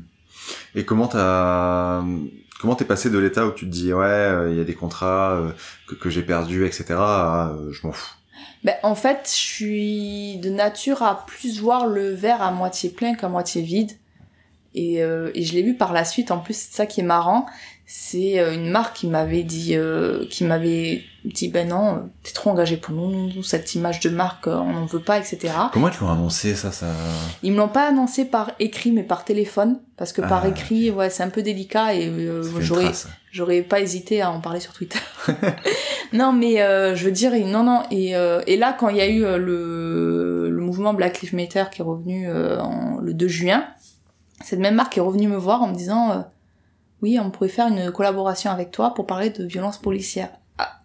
Et comment t'as, comment t'es passé de l'état où tu te dis ouais, il euh, y a des contrats euh, que, que j'ai perdus, et cetera, à, euh, je m'en fous. Ben en fait, je suis de nature à plus voir le verre à moitié plein qu'à moitié vide, et, euh, et je l'ai vu par la suite. En plus, c'est ça qui est marrant. C'est une marque qui m'avait dit, euh, qui m'avait dit, ben non, t'es trop engagé pour nous, cette image de marque, on n'en veut pas, et cetera. Comment ils te l'ont annoncé, ça, ça? Ils me l'ont pas annoncé par écrit, mais par téléphone, parce que ah, par écrit, okay. ouais, c'est un peu délicat et euh, j'aurais, j'aurais pas hésité à en parler sur Twitter. Non, mais euh, je veux dire, non, non, et, euh, et là, quand il y a eu euh, le, le mouvement Black Lives Matter qui est revenu euh, en, le deux juin, cette même marque est revenue me voir en me disant... Euh, oui, on pourrait faire une collaboration avec toi pour parler de violences policières. Ah.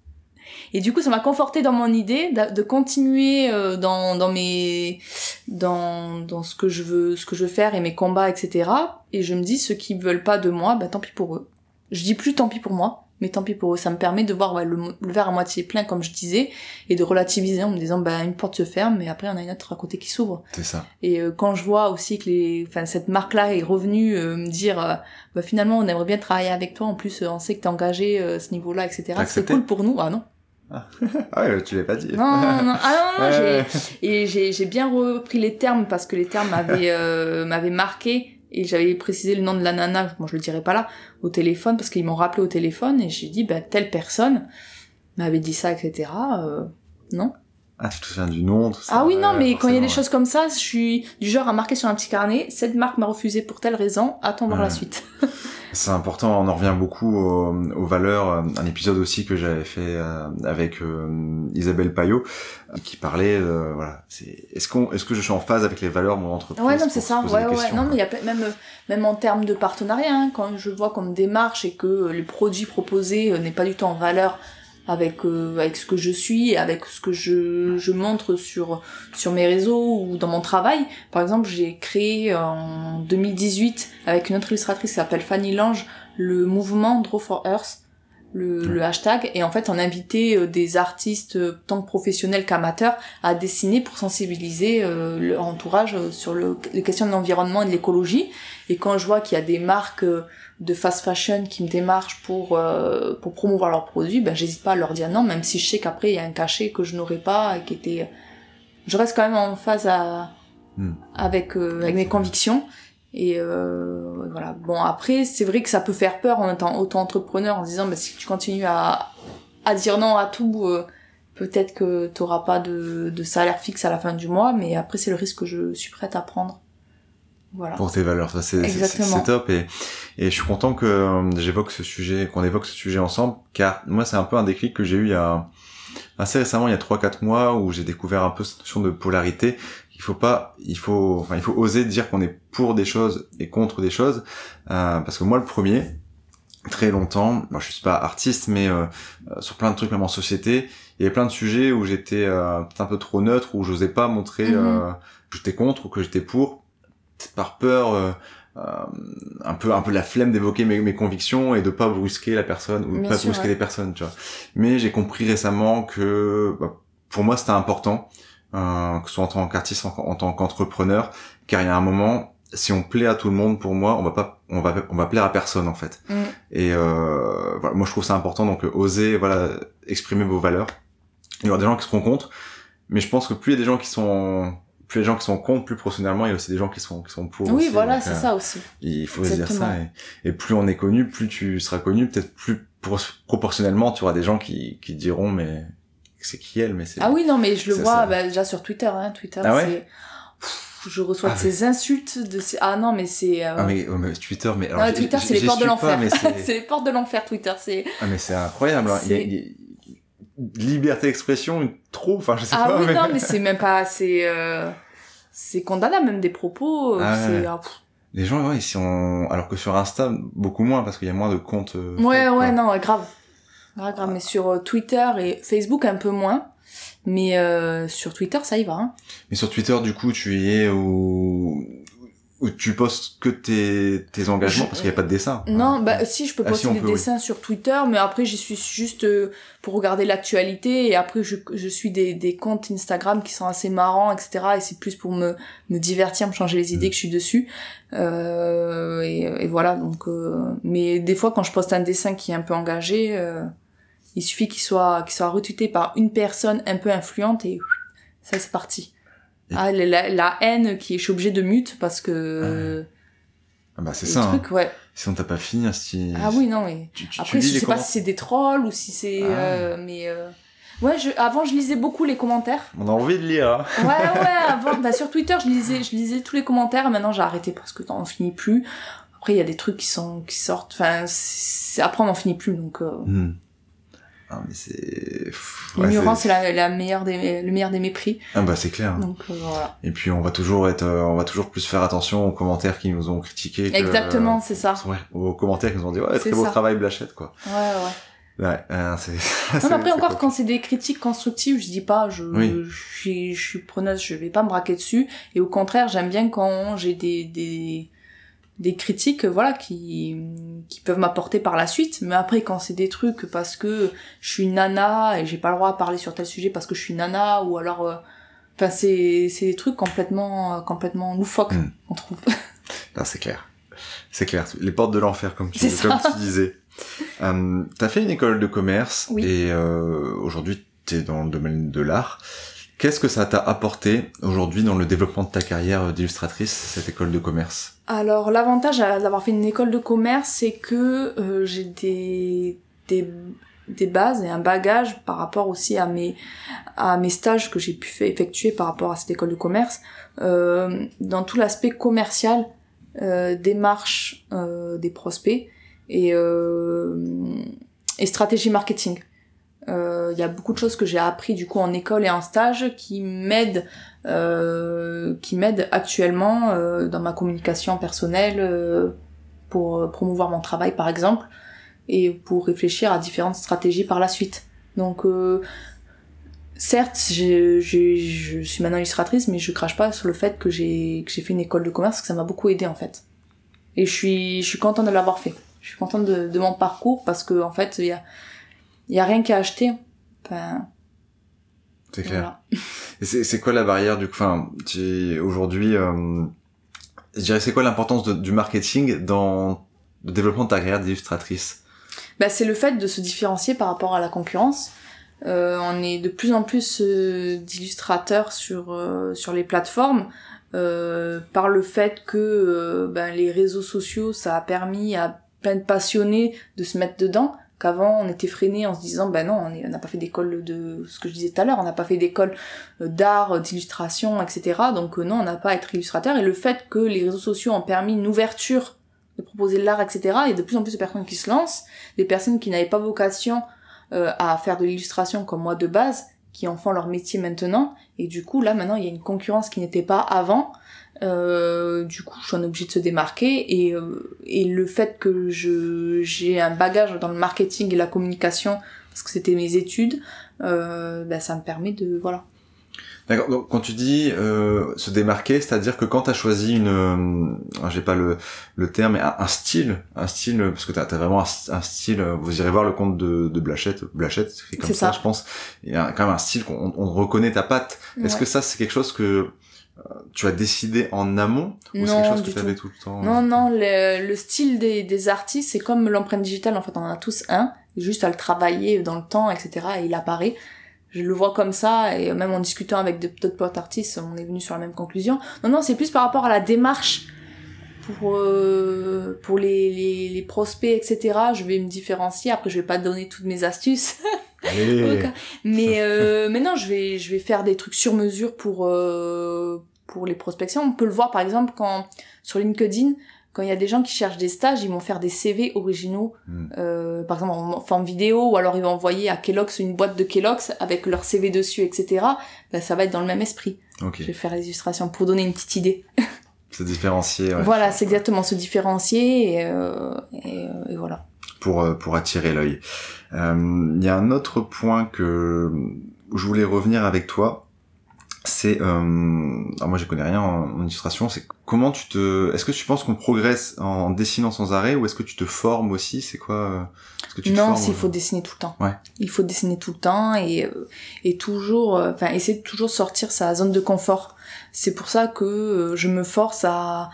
Et du coup, ça m'a conforté dans mon idée de, de continuer euh, dans, dans mes, dans, dans ce que je veux, ce que je veux faire et mes combats, et cetera. Et je me dis, ceux qui veulent pas de moi, bah tant pis pour eux. Je dis plus tant pis pour moi, mais tant pis pour eux. Ça me permet de voir ouais, le, le verre à moitié plein, comme je disais, et de relativiser en me disant, bah une porte se ferme, mais après on a une autre à côté qui s'ouvre. C'est ça. Et euh, quand je vois aussi que les, enfin cette marque-là est revenue euh, me dire, euh, bah finalement on aimerait bien travailler avec toi. En plus, euh, on sait que t'es engagé euh, à ce niveau-là, et cetera. C'est cool pour nous. Ah non. Ah, ah ouais, tu l'as pas dit. Non, non, non. Ah non, non, ouais. j'ai, et j'ai, j'ai bien repris les termes parce que les termes m'avaient, euh, m'avaient marqué. Et j'avais précisé le nom de la nana, moi je le dirais pas là, au téléphone, parce qu'ils m'ont rappelé au téléphone, et j'ai dit, bah, telle personne m'avait dit ça, et cetera. Euh, non. Ah, tu te souviens du nom, tout ça. Ah oui, non, mais forcément, quand il y a des ouais. choses comme ça, je suis du genre à marquer sur un petit carnet, cette marque m'a refusé pour telle raison, attends voir Ouais. la suite. C'est important, on en revient beaucoup aux, aux valeurs. Un épisode aussi que j'avais fait euh, avec euh, Isabelle Payot, euh, qui parlait, euh, voilà, c'est est-ce qu'on, est-ce que je suis en phase avec les valeurs de mon entreprise? Ouais, non, c'est pour ça. se poser Ouais, des ouais. questions, Non, quoi. mais il y a plein- même, même en termes de partenariat, hein, quand je vois qu'on me démarche et que les produits proposés euh, n'est pas du tout en valeur avec euh, avec ce que je suis et avec ce que je je montre sur sur mes réseaux ou dans mon travail. Par exemple, j'ai créé en deux mille dix-huit avec une autre illustratrice qui s'appelle Fanny Lange le mouvement Draw for Earth, le, Ouais. le hashtag, et en fait on invitait euh, des artistes euh, tant professionnels qu'amateurs à dessiner pour sensibiliser euh, leur entourage euh, sur le, les questions de l'environnement et de l'écologie. Et quand je vois qu'il y a des marques euh, de fast fashion qui me démarchent pour euh, pour promouvoir leurs produits, ben j'hésite pas à leur dire non, même si je sais qu'après il y a un cachet que je n'aurais pas et qui était, je reste quand même en phase à Hmm. avec euh, avec mes convictions. Et euh, voilà. Bon, après, c'est vrai que ça peut faire peur en étant auto-entrepreneur, en se disant, bah, si tu continues à, à dire non à tout, euh, peut-être que t'auras pas de, de salaire fixe à la fin du mois, mais après, c'est le risque que je suis prête à prendre. Voilà. Pour tes valeurs, ça c'est, c'est, Exactement. c'est top, et, et je suis content que euh, j'évoque ce sujet, qu'on évoque ce sujet ensemble, car moi c'est un peu un déclic que j'ai eu il y a assez récemment, il y a trois quatre mois, où j'ai découvert un peu cette notion de polarité. Il faut pas, il faut, enfin, il faut oser dire qu'on est pour des choses et contre des choses, euh, parce que moi le premier, très longtemps, moi je suis pas artiste, mais euh, euh, sur plein de trucs, même en société, il y avait plein de sujets où j'étais euh, peut-être un peu trop neutre, où j'osais pas montrer Mhm. euh, que j'étais contre ou que j'étais pour, peut-être par peur, euh, euh, un peu un peu la flemme d'évoquer mes, mes convictions et de pas brusquer la personne ou Bien pas sûr, brusquer ouais. les personnes, tu vois. Mais j'ai compris récemment que bah, pour moi c'était important, euh, que ce soit en tant qu'artiste, en, en tant qu'entrepreneur, car il y a un moment, si on plaît à tout le monde, pour moi, on va pas, on va, on va plaire à personne en fait. Mm. Et euh, voilà, moi je trouve ça important, donc euh, oser, voilà, exprimer vos valeurs. Il y aura des gens qui seront contre, mais je pense que plus il y a des gens qui sont, plus les gens qui sont contre, plus professionnellement, il y a aussi des gens qui sont qui sont pour. Oui, aussi, voilà, donc, c'est euh, ça aussi. Il faut se dire Exactement. ça. Et, et plus on est connu, plus tu seras connu, peut-être plus pro- proportionnellement, tu auras des gens qui qui diront mais c'est qui elle, mais c'est. Ah oui, non, mais je le ça, vois ça- bah, déjà sur Twitter, hein. Twitter, Ah ouais c'est... Pff, je reçois Ah de oui. ces insultes, de ces... Ah non, mais c'est... euh, Ah mais, oh, mais Twitter, mais alors non, j'ai- Twitter, j'ai- c'est les j'y portes de suis l'enfer. pas, mais c'est C'est les portes de l'enfer, Twitter, c'est... ah mais c'est incroyable. Hein. Il y a, C'est- il y a- liberté d'expression trop, enfin je sais Ah pas. oui, mais... non, mais c'est même pas... C'est... Euh... C'est condamnable, même des propos. euh, Ah c'est... ouais. ah, pff. Les gens, ouais, ils sont... alors que sur Insta, beaucoup moins, parce qu'il y a moins de comptes. euh, Ouais, fake, ouais, quoi. non, grave. Grave, grave. Mais sur euh, Twitter et Facebook, un peu moins. Mais euh, sur Twitter, ça y va. Hein. Mais sur Twitter, du coup, tu y es où, où tu postes que tes, tes engagements, Je- parce qu'il n'y a pas de dessin. Non, Ouais. bah si, je peux Ah, poster si, on des peut, oui. dessins sur Twitter, mais après, j'y suis juste euh, pour regarder l'actualité. Et après, je, je suis des, des comptes Instagram qui sont assez marrants, et cetera. Et c'est plus pour me, me divertir, me changer les idées Mm. que je suis dessus. Euh, et, et voilà, donc... Euh, mais des fois, quand je poste un dessin qui est un peu engagé... Euh, il suffit qu'il soit, qu'il soit retweeté par une personne un peu influente et ça c'est parti. Et- Ah, la, la haine qui est, je suis obligée de mute parce que... Ah bah c'est le ça. Hein. truc, ouais. Sinon t'as pas fini. Si... Ah oui, non, mais... Tu, tu, tu Après, lis je les sais pas commentaires. si c'est des trolls ou si c'est... Ah. euh, mais... Euh... Ouais, je, avant, je lisais beaucoup les commentaires. On a envie de lire. Hein. Ouais, ouais, avant, bah, sur Twitter, je lisais, je lisais tous les commentaires. Maintenant, j'ai arrêté parce que t'en finis plus. Après, il y a des trucs qui sont, qui sortent. Enfin, c'est... après, on n'en finit plus, donc... Euh... Hmm. Ah mais c'est... Pff, ouais, L'ignorance, c'est... c'est la, la meilleure des, le meilleur des mépris. Ah bah c'est clair. Donc, euh, voilà. Et puis on va toujours être, euh, on va toujours plus faire attention aux commentaires qui nous ont critiqués. Que, Exactement, euh, c'est ça. ouais, aux commentaires qui nous ont dit ouais C'est très beau ça. travail Blachette quoi. Ouais, ouais. Ouais, euh, c'est. Non, c'est- mais après, c'est encore, cool. quand c'est des critiques constructives, je dis pas, je, Oui. je suis, je suis preneuse, je vais pas me braquer dessus. Et au contraire, j'aime bien quand j'ai des, des, des critiques, voilà, qui, qui peuvent m'apporter par la suite. Mais après, quand c'est des trucs parce que je suis une nana et j'ai pas le droit à parler sur tel sujet parce que je suis une nana, ou alors, euh, enfin, c'est, c'est des trucs complètement, euh, complètement loufoques, Mm. on trouve. Ah, c'est clair. C'est clair. Les portes de l'enfer, comme tu, C'est comme ça. tu disais. Euh, t'as fait une école de commerce. Oui. Et euh, aujourd'hui, t'es dans le domaine de l'art. Qu'est-ce que ça t'a apporté aujourd'hui dans le développement de ta carrière d'illustratrice, cette école de commerce? Alors, l'avantage à- d'avoir fait une école de commerce, c'est que euh, j'ai des, des des bases et un bagage par rapport aussi à mes à mes stages que j'ai pu fait, effectuer par rapport à cette école de commerce, euh, dans tout l'aspect commercial, euh, démarche euh, des prospects et euh, et stratégie marketing. Il euh, y a beaucoup de choses que j'ai appris du coup en école et en stage qui m'aident euh, qui m'aident actuellement euh, dans ma communication personnelle euh, pour promouvoir mon travail par exemple et pour réfléchir à différentes stratégies par la suite. Donc euh, certes j'ai, j'ai, je suis maintenant illustratrice, mais je crache pas sur le fait que j'ai que j'ai fait une école de commerce, que ça m'a beaucoup aidé en fait. Et je suis je suis contente de l'avoir fait. Je suis contente de, de mon parcours parce que en fait il y a Il y a rien qu'à acheter. Enfin, c'est clair. Voilà. Et c'est, c'est quoi la barrière du coup, enfin, tu, aujourd'hui, euh, je dirais, c'est quoi l'importance de, du marketing dans le développement de ta carrière d'illustratrice? Bah, c'est le fait de se différencier par rapport à la concurrence. Euh, on est de plus en plus euh, d'illustrateurs sur euh, sur les plateformes. Euh, par le fait que euh, ben, les réseaux sociaux, ça a permis à plein de passionnés de se mettre dedans. Qu'avant on était freiné en se disant ben non, on n'a pas fait d'école de ce que je disais tout à l'heure, on n'a pas fait d'école d'art, d'illustration, et cetera. Donc euh, non, on n'a pas à être illustrateur. Et le fait que les réseaux sociaux ont permis une ouverture de proposer de l'art, et cetera. Il y a de plus en plus de personnes qui se lancent, des personnes qui n'avaient pas vocation euh, à faire de l'illustration comme moi de base, qui en font leur métier maintenant. Et du coup là maintenant il y a une concurrence qui n'était pas avant. Euh, du coup, je suis obligée de se démarquer et euh, et le fait que je j'ai un bagage dans le marketing et la communication parce que c'était mes études, euh, ben ça me permet de voilà. D'accord. Donc quand tu dis euh, se démarquer, c'est-à-dire que quand t'as choisi une, euh, j'ai pas le le terme, mais un, un style, un style parce que t'as t'as vraiment un, un style. Vous irez voir le compte de de Blachette, Blachette, c'est écrit comme ça, ça, je pense. Il y a quand même un style qu'on on reconnaît ta patte. Ouais. Est-ce que ça c'est quelque chose que tu as décidé en amont ou non, c'est quelque chose que tu avais tout le temps? Non, non, le, le style des, des artistes, c'est comme l'empreinte digitale, en fait, on en a tous un, juste à le travailler dans le temps, et cetera, et il apparaît. Je le vois comme ça, et même en discutant avec d'autres potes artistes, on est venu sur la même conclusion. Non, non, c'est plus par rapport à la démarche pour euh, pour les, les, les prospects, et cetera. Je vais me différencier, après je vais pas donner toutes mes astuces. Allez. mais euh, mais non, je vais je vais faire des trucs sur mesure pour euh, pour les prospections. On peut le voir par exemple quand sur LinkedIn, quand il y a des gens qui cherchent des stages, ils vont faire des C V originaux, mm. euh, par exemple en forme vidéo, ou alors ils vont envoyer à Kellogg's une boîte de Kellogg's avec leur C V dessus, et cetera. Ben, ça va être dans le même esprit. Okay. Je vais faire les illustrations pour donner une petite idée. Se différencier. Ouais. Voilà, c'est exactement se différencier et, euh, et, et voilà. Pour pour attirer l'œil. Il euh, y a un autre point que où je voulais revenir avec toi, c'est euh, alors moi je connais rien en, en illustration, c'est comment tu te, est-ce que tu penses qu'on progresse en dessinant sans arrêt ou est-ce que tu te formes aussi, c'est quoi, est-ce que tu te non, formes, il faut dessiner tout le temps. Ouais. Il faut dessiner tout le temps et et toujours, enfin euh, essayer de toujours sortir sa zone de confort. C'est pour ça que euh, je me force à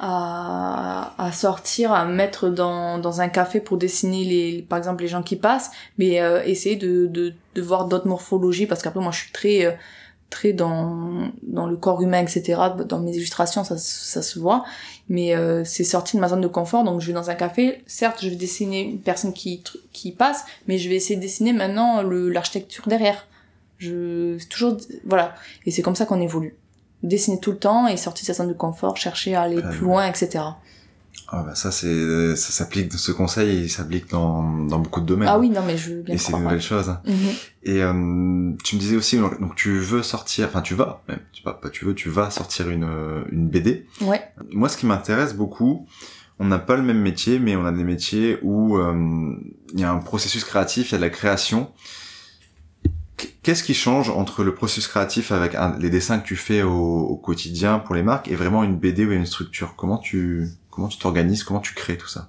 à, à sortir, à me mettre dans, dans un café pour dessiner les, par exemple les gens qui passent, mais euh, essayer de, de, de voir d'autres morphologies, parce qu'après moi je suis très, euh, très dans, dans le corps humain, et cetera. Dans mes illustrations ça, ça se voit, mais euh, c'est sorti de ma zone de confort, donc je vais dans un café, certes je vais dessiner une personne qui, qui passe, mais je vais essayer de dessiner maintenant le, l'architecture derrière. Je, c'est toujours, voilà, et c'est comme ça qu'on évolue. Dessiner tout le temps et sortir de sa zone de confort, chercher à aller euh, plus loin, et cetera. Ah bah ça c'est ça s'applique, ce conseil il s'applique dans dans beaucoup de domaines. Ah oui, non mais je veux bien et croire, c'est une nouvelle ouais. chose. Mm-hmm. Et euh, tu me disais aussi donc tu veux sortir, enfin tu vas même tu pas pas tu veux tu vas sortir une une B D. Ouais. Moi ce qui m'intéresse beaucoup, on n'a pas le même métier mais on a des métiers où il euh, y a un processus créatif, il y a de la création. Qu'est-ce qui change entre le processus créatif avec un, les dessins que tu fais au, au quotidien pour les marques et vraiment une B D ou une structure? Comment tu comment tu t'organises? Comment tu crées tout ça?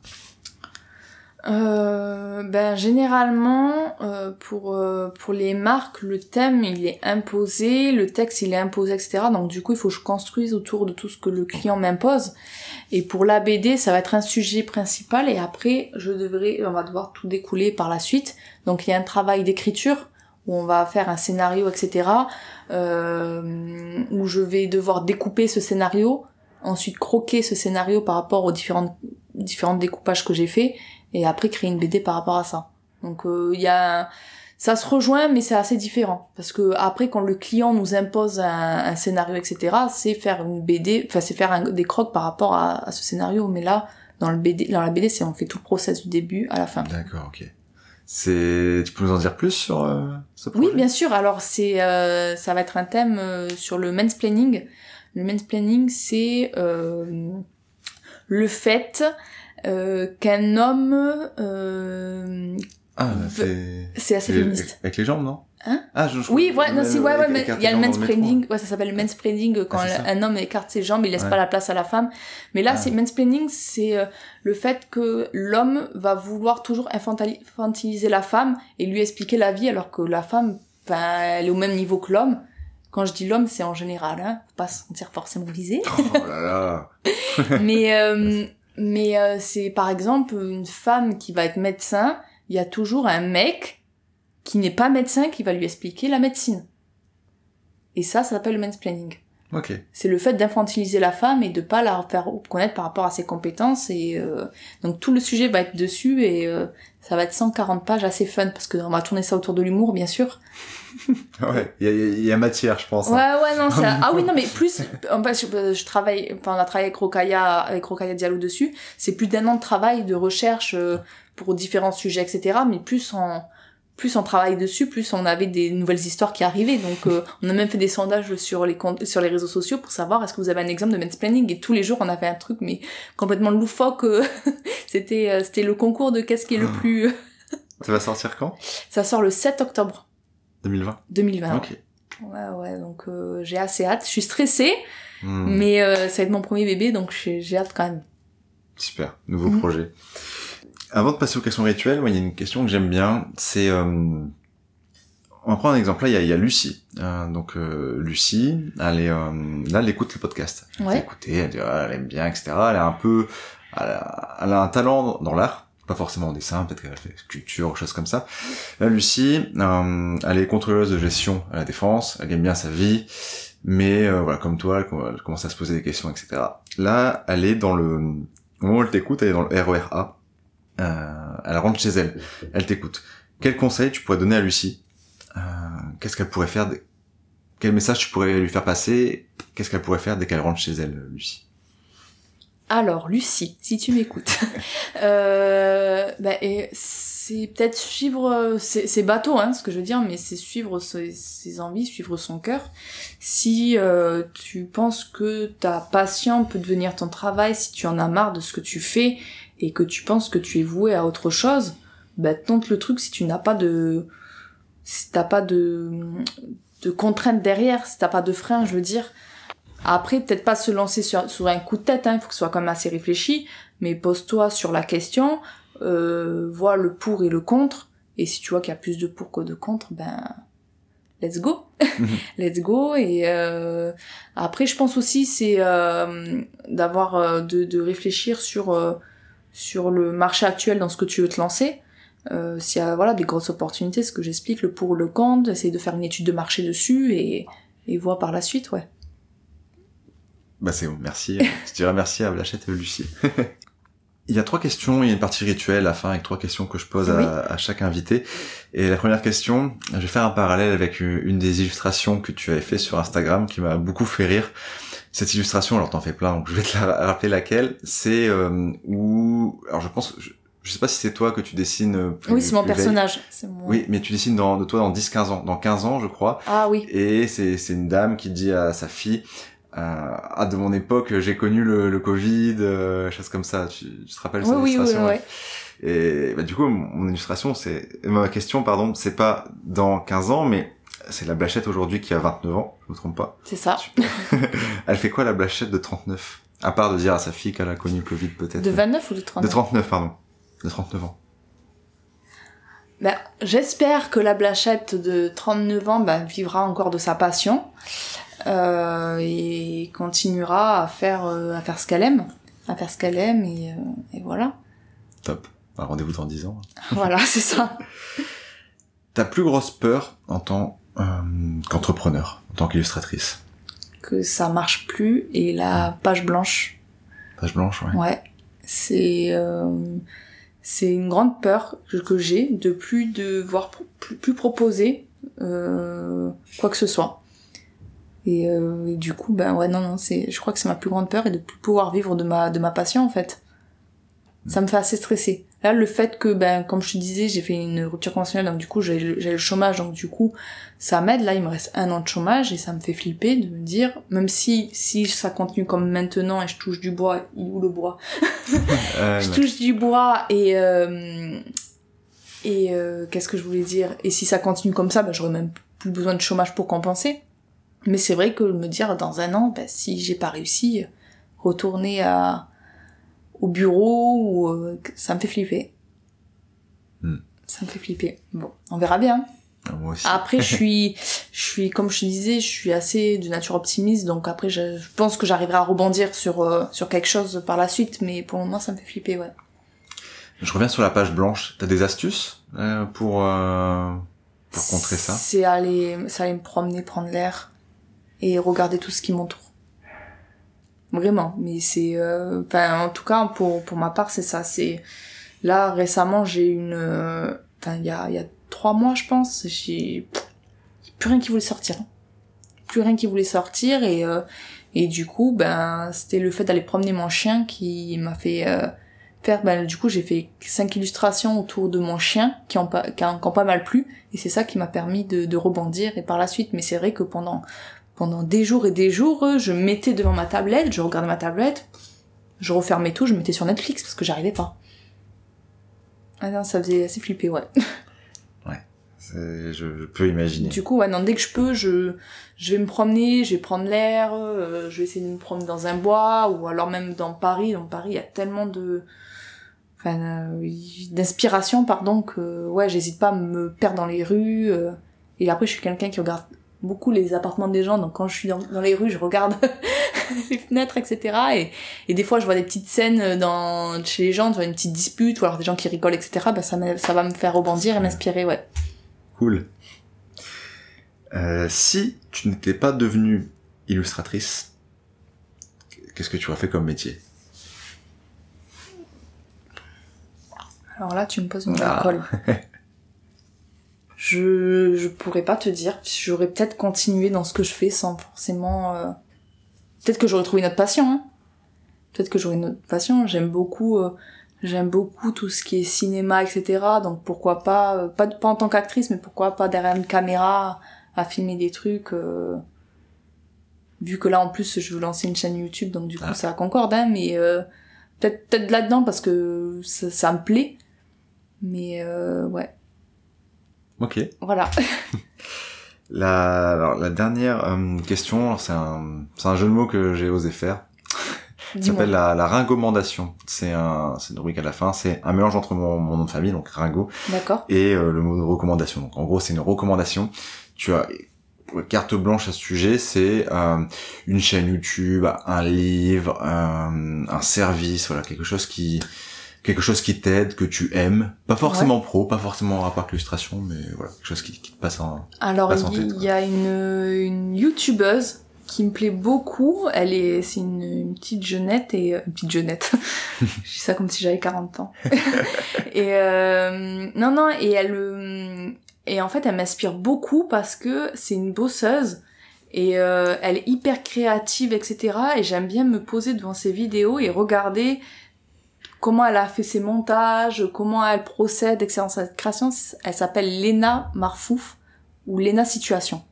Euh, ben généralement euh, pour euh, pour les marques le thème il est imposé, le texte il est imposé, et cetera. Donc du coup il faut que je construise autour de tout ce que le client m'impose. Et pour la B D ça va être un sujet principal et après je devrais on va devoir tout découler par la suite. Donc il y a un travail d'écriture où on va faire un scénario, et cetera. Euh, où je vais devoir découper ce scénario, ensuite croquer ce scénario par rapport aux différentes différents découpages que j'ai fait, et après créer une B D par rapport à ça. Donc il euh, y a ça se rejoint, mais c'est assez différent parce que après quand le client nous impose un, un scénario, et cetera, c'est faire une B D, enfin c'est faire un, des crocs par rapport à, à ce scénario. Mais là, dans le B D, dans la B D, c'est on fait tout le process du début à la fin. D'accord, ok. C'est, tu peux nous en dire plus sur euh, ce projet? Oui, bien sûr. Alors c'est, euh, ça va être un thème euh, sur le mansplaining. Le mansplaining, c'est euh, le fait euh, qu'un homme euh, ah, c'est... c'est assez féministe. Avec les jambes, non? Hein? Ah, je, je oui, ouais, non, si, ouais, ouais, mais il y a le mansplaining, ouais, ça s'appelle le mansplaining quand ah, un homme écarte ses jambes, il laisse ouais. pas la place à la femme. Mais là, ah. c'est mansplaining, c'est euh, le fait que l'homme va vouloir toujours infantiliser la femme et lui expliquer la vie, alors que la femme, ben, elle est au même niveau que l'homme. Quand je dis l'homme, c'est en général, hein, faut pas se sentir forcément visé. Oh là là. mais euh, mais euh, c'est par exemple une femme qui va être médecin, il y a toujours un mec qui n'est pas médecin qui va lui expliquer la médecine. Et ça, ça s'appelle le mansplaining. Ok. C'est le fait d'infantiliser la femme et de pas la faire connaître par rapport à ses compétences. Et euh, donc tout le sujet va être dessus et euh, ça va être cent quarante pages assez fun parce que on va tourner ça autour de l'humour, bien sûr. Ouais, il y a, y a matière, je pense. Ouais, hein. ouais, non, c'est... Ah oui, non, mais plus... En fait, je, je travaille... Enfin, on a travaillé avec Rokhaya, avec Rokhaya Diallo dessus. C'est plus d'un an de travail, de recherche euh, pour différents sujets, et cetera. Mais plus en... plus on travaille dessus, plus on avait des nouvelles histoires qui arrivaient. Donc, euh, on a même fait des sondages sur les comptes, sur les réseaux sociaux pour savoir est-ce que vous avez un exemple de mansplaining. Et tous les jours, on avait un truc, mais complètement loufoque. Euh, c'était, euh, c'était le concours de qu'est-ce qui est le plus... Ça va sortir quand? Ça sort le sept octobre. deux mille vingt. deux mille vingt. Ok. Ouais, ouais, donc euh, j'ai assez hâte. Je suis stressée, mmh. mais euh, ça va être mon premier bébé, donc j'ai, j'ai hâte quand même. Super, nouveau mmh. projet. Avant de passer aux questions rituelles, moi, il y a une question que j'aime bien, c'est... Euh, on va prendre un exemple, là, il y a, il y a Lucie. Euh, donc, euh, Lucie, elle est, euh, là, elle écoute le podcast. Ouais. Elle a écouté, elle dit, ah, elle aime bien, et cetera. Elle a un peu... Elle a, elle a un talent dans l'art, pas forcément en dessin, peut-être qu'elle fait sculpture ou choses comme ça. Là, Lucie, euh, elle est contrôleuse de gestion à la Défense, elle gagne bien sa vie, mais euh, voilà, comme toi, elle, elle commence à se poser des questions, et cetera. Là, elle est dans le... Au moment où elle t'écoute, elle est dans le R E R A. Euh, elle rentre chez elle, elle t'écoute. Quel conseil tu pourrais donner à Lucie? euh, Qu'est-ce qu'elle pourrait faire de... Quel message tu pourrais lui faire passer? Qu'est-ce qu'elle pourrait faire dès qu'elle rentre chez elle, Lucie? Alors, Lucie, si tu m'écoutes, euh, bah, et c'est peut-être suivre, c'est, c'est bateau, hein, ce que je veux dire, mais c'est suivre ses, ses envies, suivre son cœur. Si euh, tu penses que ta passion peut devenir ton travail, si tu en as marre de ce que tu fais et que tu penses que tu es voué à autre chose, bah tente le truc si tu n'as pas de, si t'as pas de, de contraintes derrière, si t'as pas de frein, je veux dire. Après, peut-être pas se lancer sur, sur un coup de tête, hein, il faut que ce soit quand même assez réfléchi, mais pose-toi sur la question, euh, vois le pour et le contre, et si tu vois qu'il y a plus de pour que de contre, ben, let's go, let's go, et euh, après, je pense aussi, c'est euh, d'avoir, euh, de, de réfléchir sur, euh, sur le marché actuel dans ce que tu veux te lancer, euh, s'il y a, voilà, des grosses opportunités, ce que j'explique, le pour, le contre, essayer de faire une étude de marché dessus, et, et voir par la suite, ouais. Bah c'est bon, merci. Je dirais merci à Blachette et à Lucie. Il y a trois questions, il y a une partie rituelle à la fin avec trois questions que je pose à, oui. à chaque invité. Et la première question, je vais faire un parallèle avec une des illustrations que tu avais fait sur Instagram qui m'a beaucoup fait rire. Cette illustration, alors t'en fais plein, donc je vais te la rappeler laquelle. C'est euh, où, alors je pense, je, je sais pas si c'est toi que tu dessines. Plus, oui, c'est mon personnage. C'est mon... Oui, mais tu dessines dans, de toi dans dix quinze ans, dans quinze ans je crois. Ah oui. Et c'est c'est une dame qui dit à sa fille. Euh, ah, de mon époque, j'ai connu le, le Covid, euh, choses comme ça. Tu, tu te rappelles cette oui, illustration? Oui, oui, oui. Et bah, du coup, mon illustration, c'est ma question, pardon, c'est pas dans quinze ans, mais c'est la Blachette aujourd'hui qui a vingt-neuf ans, je me trompe pas. C'est ça. Elle fait quoi la Blachette de trente-neuf? À part de dire à sa fille qu'elle a connu le Covid, peut-être. De vingt-neuf ou de trente-neuf? De trente-neuf, pardon. De trente-neuf ans. Ben, j'espère que la Blachette de trente-neuf ans ben, vivra encore de sa passion. Euh, et continuera à faire euh, à faire ce qu'elle aime, à faire ce qu'elle aime et, euh, et voilà. Top. Un rendez-vous dans dix ans. Voilà, c'est ça. Ta plus grosse peur en tant euh, qu'entrepreneur, en tant qu'illustratrice? Que ça marche plus et la page blanche. Page blanche, ouais. Ouais. C'est euh, c'est une grande peur que, que j'ai de plus devoir plus, plus proposer euh, quoi que ce soit. Et, euh, et du coup, ben ouais, non, non, c'est, je crois que c'est ma plus grande peur et de plus pouvoir vivre de ma, de ma passion, en fait. Ça me fait assez stresser. Là, le fait que, ben, comme je te disais, j'ai fait une rupture conventionnelle, donc du coup, j'ai, j'ai le chômage, donc du coup, ça m'aide. Là, il me reste un an de chômage et ça me fait flipper de me dire, même si, si ça continue comme maintenant et je touche du bois, il où le bois? euh, je touche du bois et, euh, et, euh, qu'est-ce que je voulais dire? Et si ça continue comme ça, ben, j'aurais même plus besoin de chômage pour compenser. Mais c'est vrai que me dire, dans un an, ben, si j'ai pas réussi, retourner à, au bureau, ou euh, ça me fait flipper. Hmm. Ça me fait flipper. Bon, on verra bien. Ah, moi aussi. Après, je suis, je suis, comme je te disais, je suis assez de nature optimiste, donc après, je, je pense que j'arriverai à rebondir sur, euh, sur quelque chose par la suite, mais pour le moment, ça me fait flipper, ouais. Je reviens sur la page blanche. T'as des astuces euh, pour, euh, pour contrer ça? C'est aller, c'est aller me promener, prendre l'air, et regarder tout ce qui m'entoure. Vraiment, mais c'est, euh, enfin, en tout cas, pour pour ma part, c'est ça. C'est là récemment, j'ai une, enfin, euh, il y a il y a trois mois, je pense, j'ai plus rien qui voulait sortir, plus rien qui voulait sortir, et euh, et du coup, ben, c'était le fait d'aller promener mon chien qui m'a fait euh, faire, ben, du coup, j'ai fait cinq illustrations autour de mon chien qui ont pas qui ont, qui ont pas mal plu, et c'est ça qui m'a permis de de rebondir et par la suite. Mais c'est vrai que pendant Pendant des jours et des jours, je me mettais devant ma tablette, je regardais ma tablette, je refermais tout, je me mettais sur Netflix parce que j'arrivais pas. Ah non, ça faisait assez flipper, ouais. Ouais, c'est, je, je peux imaginer. Du coup, ouais, non, dès que je peux, je, je vais me promener, je vais prendre l'air, euh, je vais essayer de me promener dans un bois, ou alors même dans Paris. Dans Paris, il y a tellement de... Enfin, euh, d'inspiration, pardon, que, ouais, j'hésite pas à me perdre dans les rues. Euh, et après, je suis quelqu'un qui regarde beaucoup les appartements des gens, donc quand je suis dans, dans les rues, je regarde les fenêtres, et cetera. Et, et des fois, je vois des petites scènes dans, chez les gens, tu vois, une petite dispute, ou alors des gens qui rigolent, et cetera. Bah, ça, ça va me faire rebondir et m'inspirer, ouais. Cool. Euh, si tu n'étais pas devenue illustratrice, qu'est-ce que tu aurais fait comme métier? Alors là, tu me poses une ah. colle. Je, je pourrais pas te dire. J'aurais peut-être continué dans ce que je fais sans forcément... Euh... Peut-être que j'aurais trouvé une autre passion, hein. Peut-être que j'aurais une autre passion. J'aime beaucoup, euh, j'aime beaucoup tout ce qui est cinéma, et cetera. Donc pourquoi pas, euh, pas, pas en tant qu'actrice, mais pourquoi pas derrière une caméra à filmer des trucs. Euh... Vu que là, en plus, je veux lancer une chaîne YouTube, donc du coup, ah. ça concorde, hein. Mais euh, peut-être, peut-être là-dedans parce que ça, ça me plaît. Mais euh, ouais. Ok. Voilà. la, alors, la dernière euh, question, c'est un, c'est un jeu de mots que j'ai osé faire. Ça s'appelle la, la ringomandation. C'est un, c'est une rubrique à la fin. C'est un mélange entre mon, mon nom de famille, donc Ringo, d'accord, et euh, le mot de recommandation. Donc en gros, c'est une recommandation. Tu as carte blanche à ce sujet. C'est euh, une chaîne YouTube, un livre, un, un service, voilà, quelque chose qui quelque chose qui t'aide, que tu aimes, pas forcément ouais. pro, pas forcément en rapport avec l'illustration, mais voilà, quelque chose qui, qui te passe en alors passe en il tête, y a une une youtubeuse qui me plaît beaucoup, elle est c'est une, une petite jeunette et une petite jeunette. Je dis ça comme si j'avais quarante ans. et euh, non non et elle et en fait elle m'inspire beaucoup parce que c'est une bosseuse et euh, elle est hyper créative, et cetera. Et j'aime bien me poser devant ses vidéos et regarder comment elle a fait ses montages, comment elle procède, et cetera. Cette création, elle s'appelle Léna Marfouf ou Léna Situation.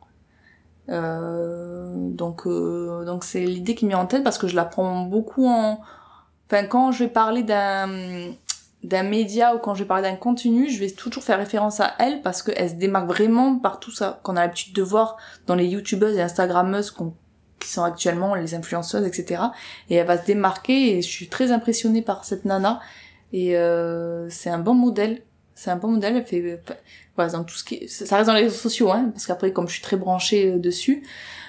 Euh, donc, euh, donc c'est l'idée qui m'est en tête parce que je la prends beaucoup en... Enfin, quand je vais parler d'un d'un média ou quand je vais parler d'un contenu, je vais toujours faire référence à elle parce qu'elle se démarque vraiment par tout ça qu'on a l'habitude de voir dans les youtubeuses et instagrammeuses qu'on qui sont actuellement les influenceuses, et cetera. Et elle va se démarquer et je suis très impressionnée par cette nana. Et euh, c'est un bon modèle. C'est un bon modèle. Elle fait, voilà, dans tout ce qui, ça reste dans les réseaux sociaux, hein, parce qu'après, comme je suis très branchée dessus,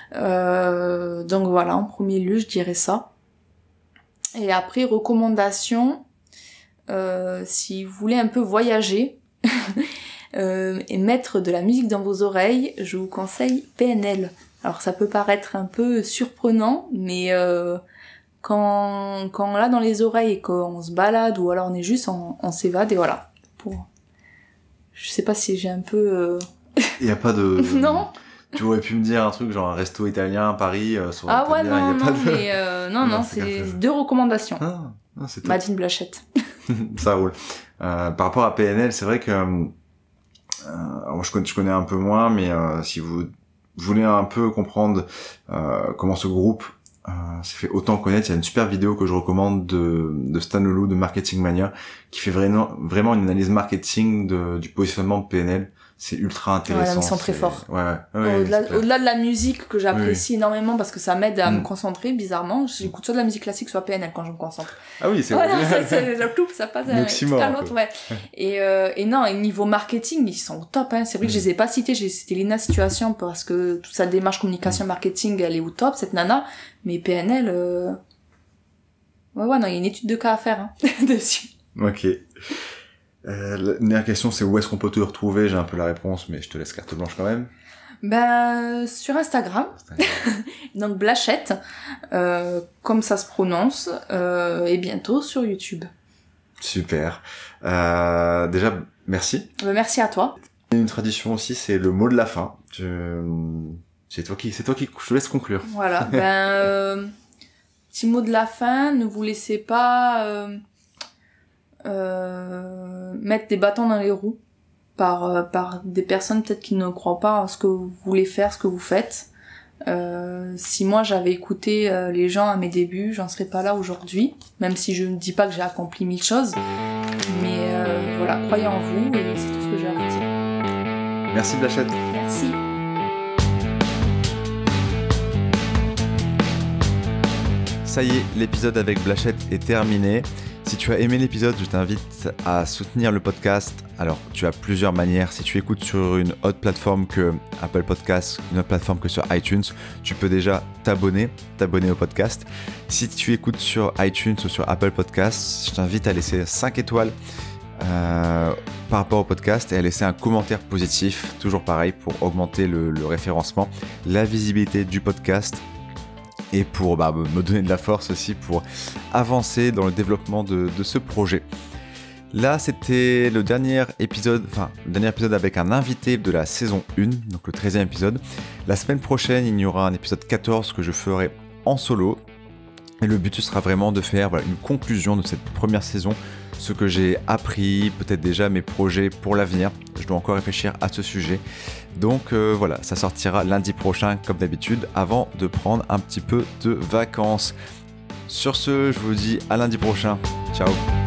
euh, donc voilà, en premier lieu, je dirais ça. Et après, recommandation, euh, si vous voulez un peu voyager euh, et mettre de la musique dans vos oreilles, je vous conseille P N L. Alors ça peut paraître un peu surprenant, mais euh, quand, quand on l'a dans les oreilles et qu'on se balade, ou alors on est juste, on, on s'évade, et voilà. Pour... Je sais pas si j'ai un peu... Il euh... y a pas de... non. Tu aurais pu me dire un truc genre un resto italien à Paris euh, sur Ah ouais, bien, non, y a non, pas de... mais euh, non, non, non c'est, c'est deux recommandations. Ah, ah, c'est Madine Blachette. Ça roule. Euh, par rapport à P N L, c'est vrai que euh, moi je connais, je connais un peu moins, mais euh, si vous voulez un peu comprendre euh, comment ce groupe euh, s'est fait autant connaître, il y a une super vidéo que je recommande de, de Stan Leloup de Marketing Mania qui fait vraiment, vraiment une analyse marketing de, du positionnement de P N L. C'est ultra intéressant. Ouais, ils sont très forts. Ouais, ouais, ouais, au-delà, au-delà de la musique que j'apprécie oui. énormément parce que ça m'aide à mm. me concentrer, bizarrement, j'écoute soit de la musique classique, soit P N L quand je me concentre. Ah oui, c'est voilà, vrai. ça, c'est, ça, ploup, ça passe d'un truc à l'autre, ouais. Et, euh, et non, et niveau marketing, ils sont au top, hein. C'est vrai que mm. je les ai pas cités, j'ai cité Lina Situation parce que toute sa démarche communication marketing, elle est au top, cette nana. Mais P N L, euh... ouais, ouais, non, il y a une étude de cas à faire, hein, dessus. Ok. Euh, la dernière question, c'est où est-ce qu'on peut te retrouver? J'ai un peu la réponse, mais je te laisse carte blanche quand même. Ben, sur Instagram. Instagram. Donc, Blachette, euh, comme ça se prononce, euh, et bientôt sur YouTube. Super. Euh, déjà, merci. Ben, merci à toi. Une tradition aussi, c'est le mot de la fin. Je... C'est toi qui, c'est toi qui, je te laisse conclure. Voilà. Ben, euh, petit mot de la fin, ne vous laissez pas, euh, Euh, mettre des bâtons dans les roues par euh, par des personnes peut-être qui ne croient pas en ce que vous voulez faire, ce que vous faites. Euh, si moi j'avais écouté euh, les gens à mes débuts, j'en serais pas là aujourd'hui, même si je ne dis pas que j'ai accompli mille choses, mais euh, voilà, croyez en vous et c'est tout ce que j'ai à vous dire. Merci Blachette. Merci. Ça y est, l'épisode avec Blachette est terminé. Si tu as aimé l'épisode, je t'invite à soutenir le podcast. Alors, tu as plusieurs manières. Si tu écoutes sur une autre plateforme que Apple Podcasts, une autre plateforme que sur iTunes, tu peux déjà t'abonner, t'abonner au podcast. Si tu écoutes sur iTunes ou sur Apple Podcasts, je t'invite à laisser cinq étoiles euh, par rapport au podcast et à laisser un commentaire positif, toujours pareil, pour augmenter le, le référencement, la visibilité du podcast. Et pour bah, me donner de la force aussi pour avancer dans le développement de, de ce projet. Là, c'était le dernier épisode, enfin, le dernier épisode avec un invité de la saison un, donc le treizième épisode. La semaine prochaine, il y aura un épisode quatorze que je ferai en solo. Et le but sera vraiment de faire voilà, une conclusion de cette première saison, ce que j'ai appris, peut-être déjà mes projets pour l'avenir. Je dois encore réfléchir à ce sujet. Donc euh, voilà, ça sortira lundi prochain comme d'habitude, avant de prendre un petit peu de vacances. Sur ce, je vous dis à lundi prochain. Ciao.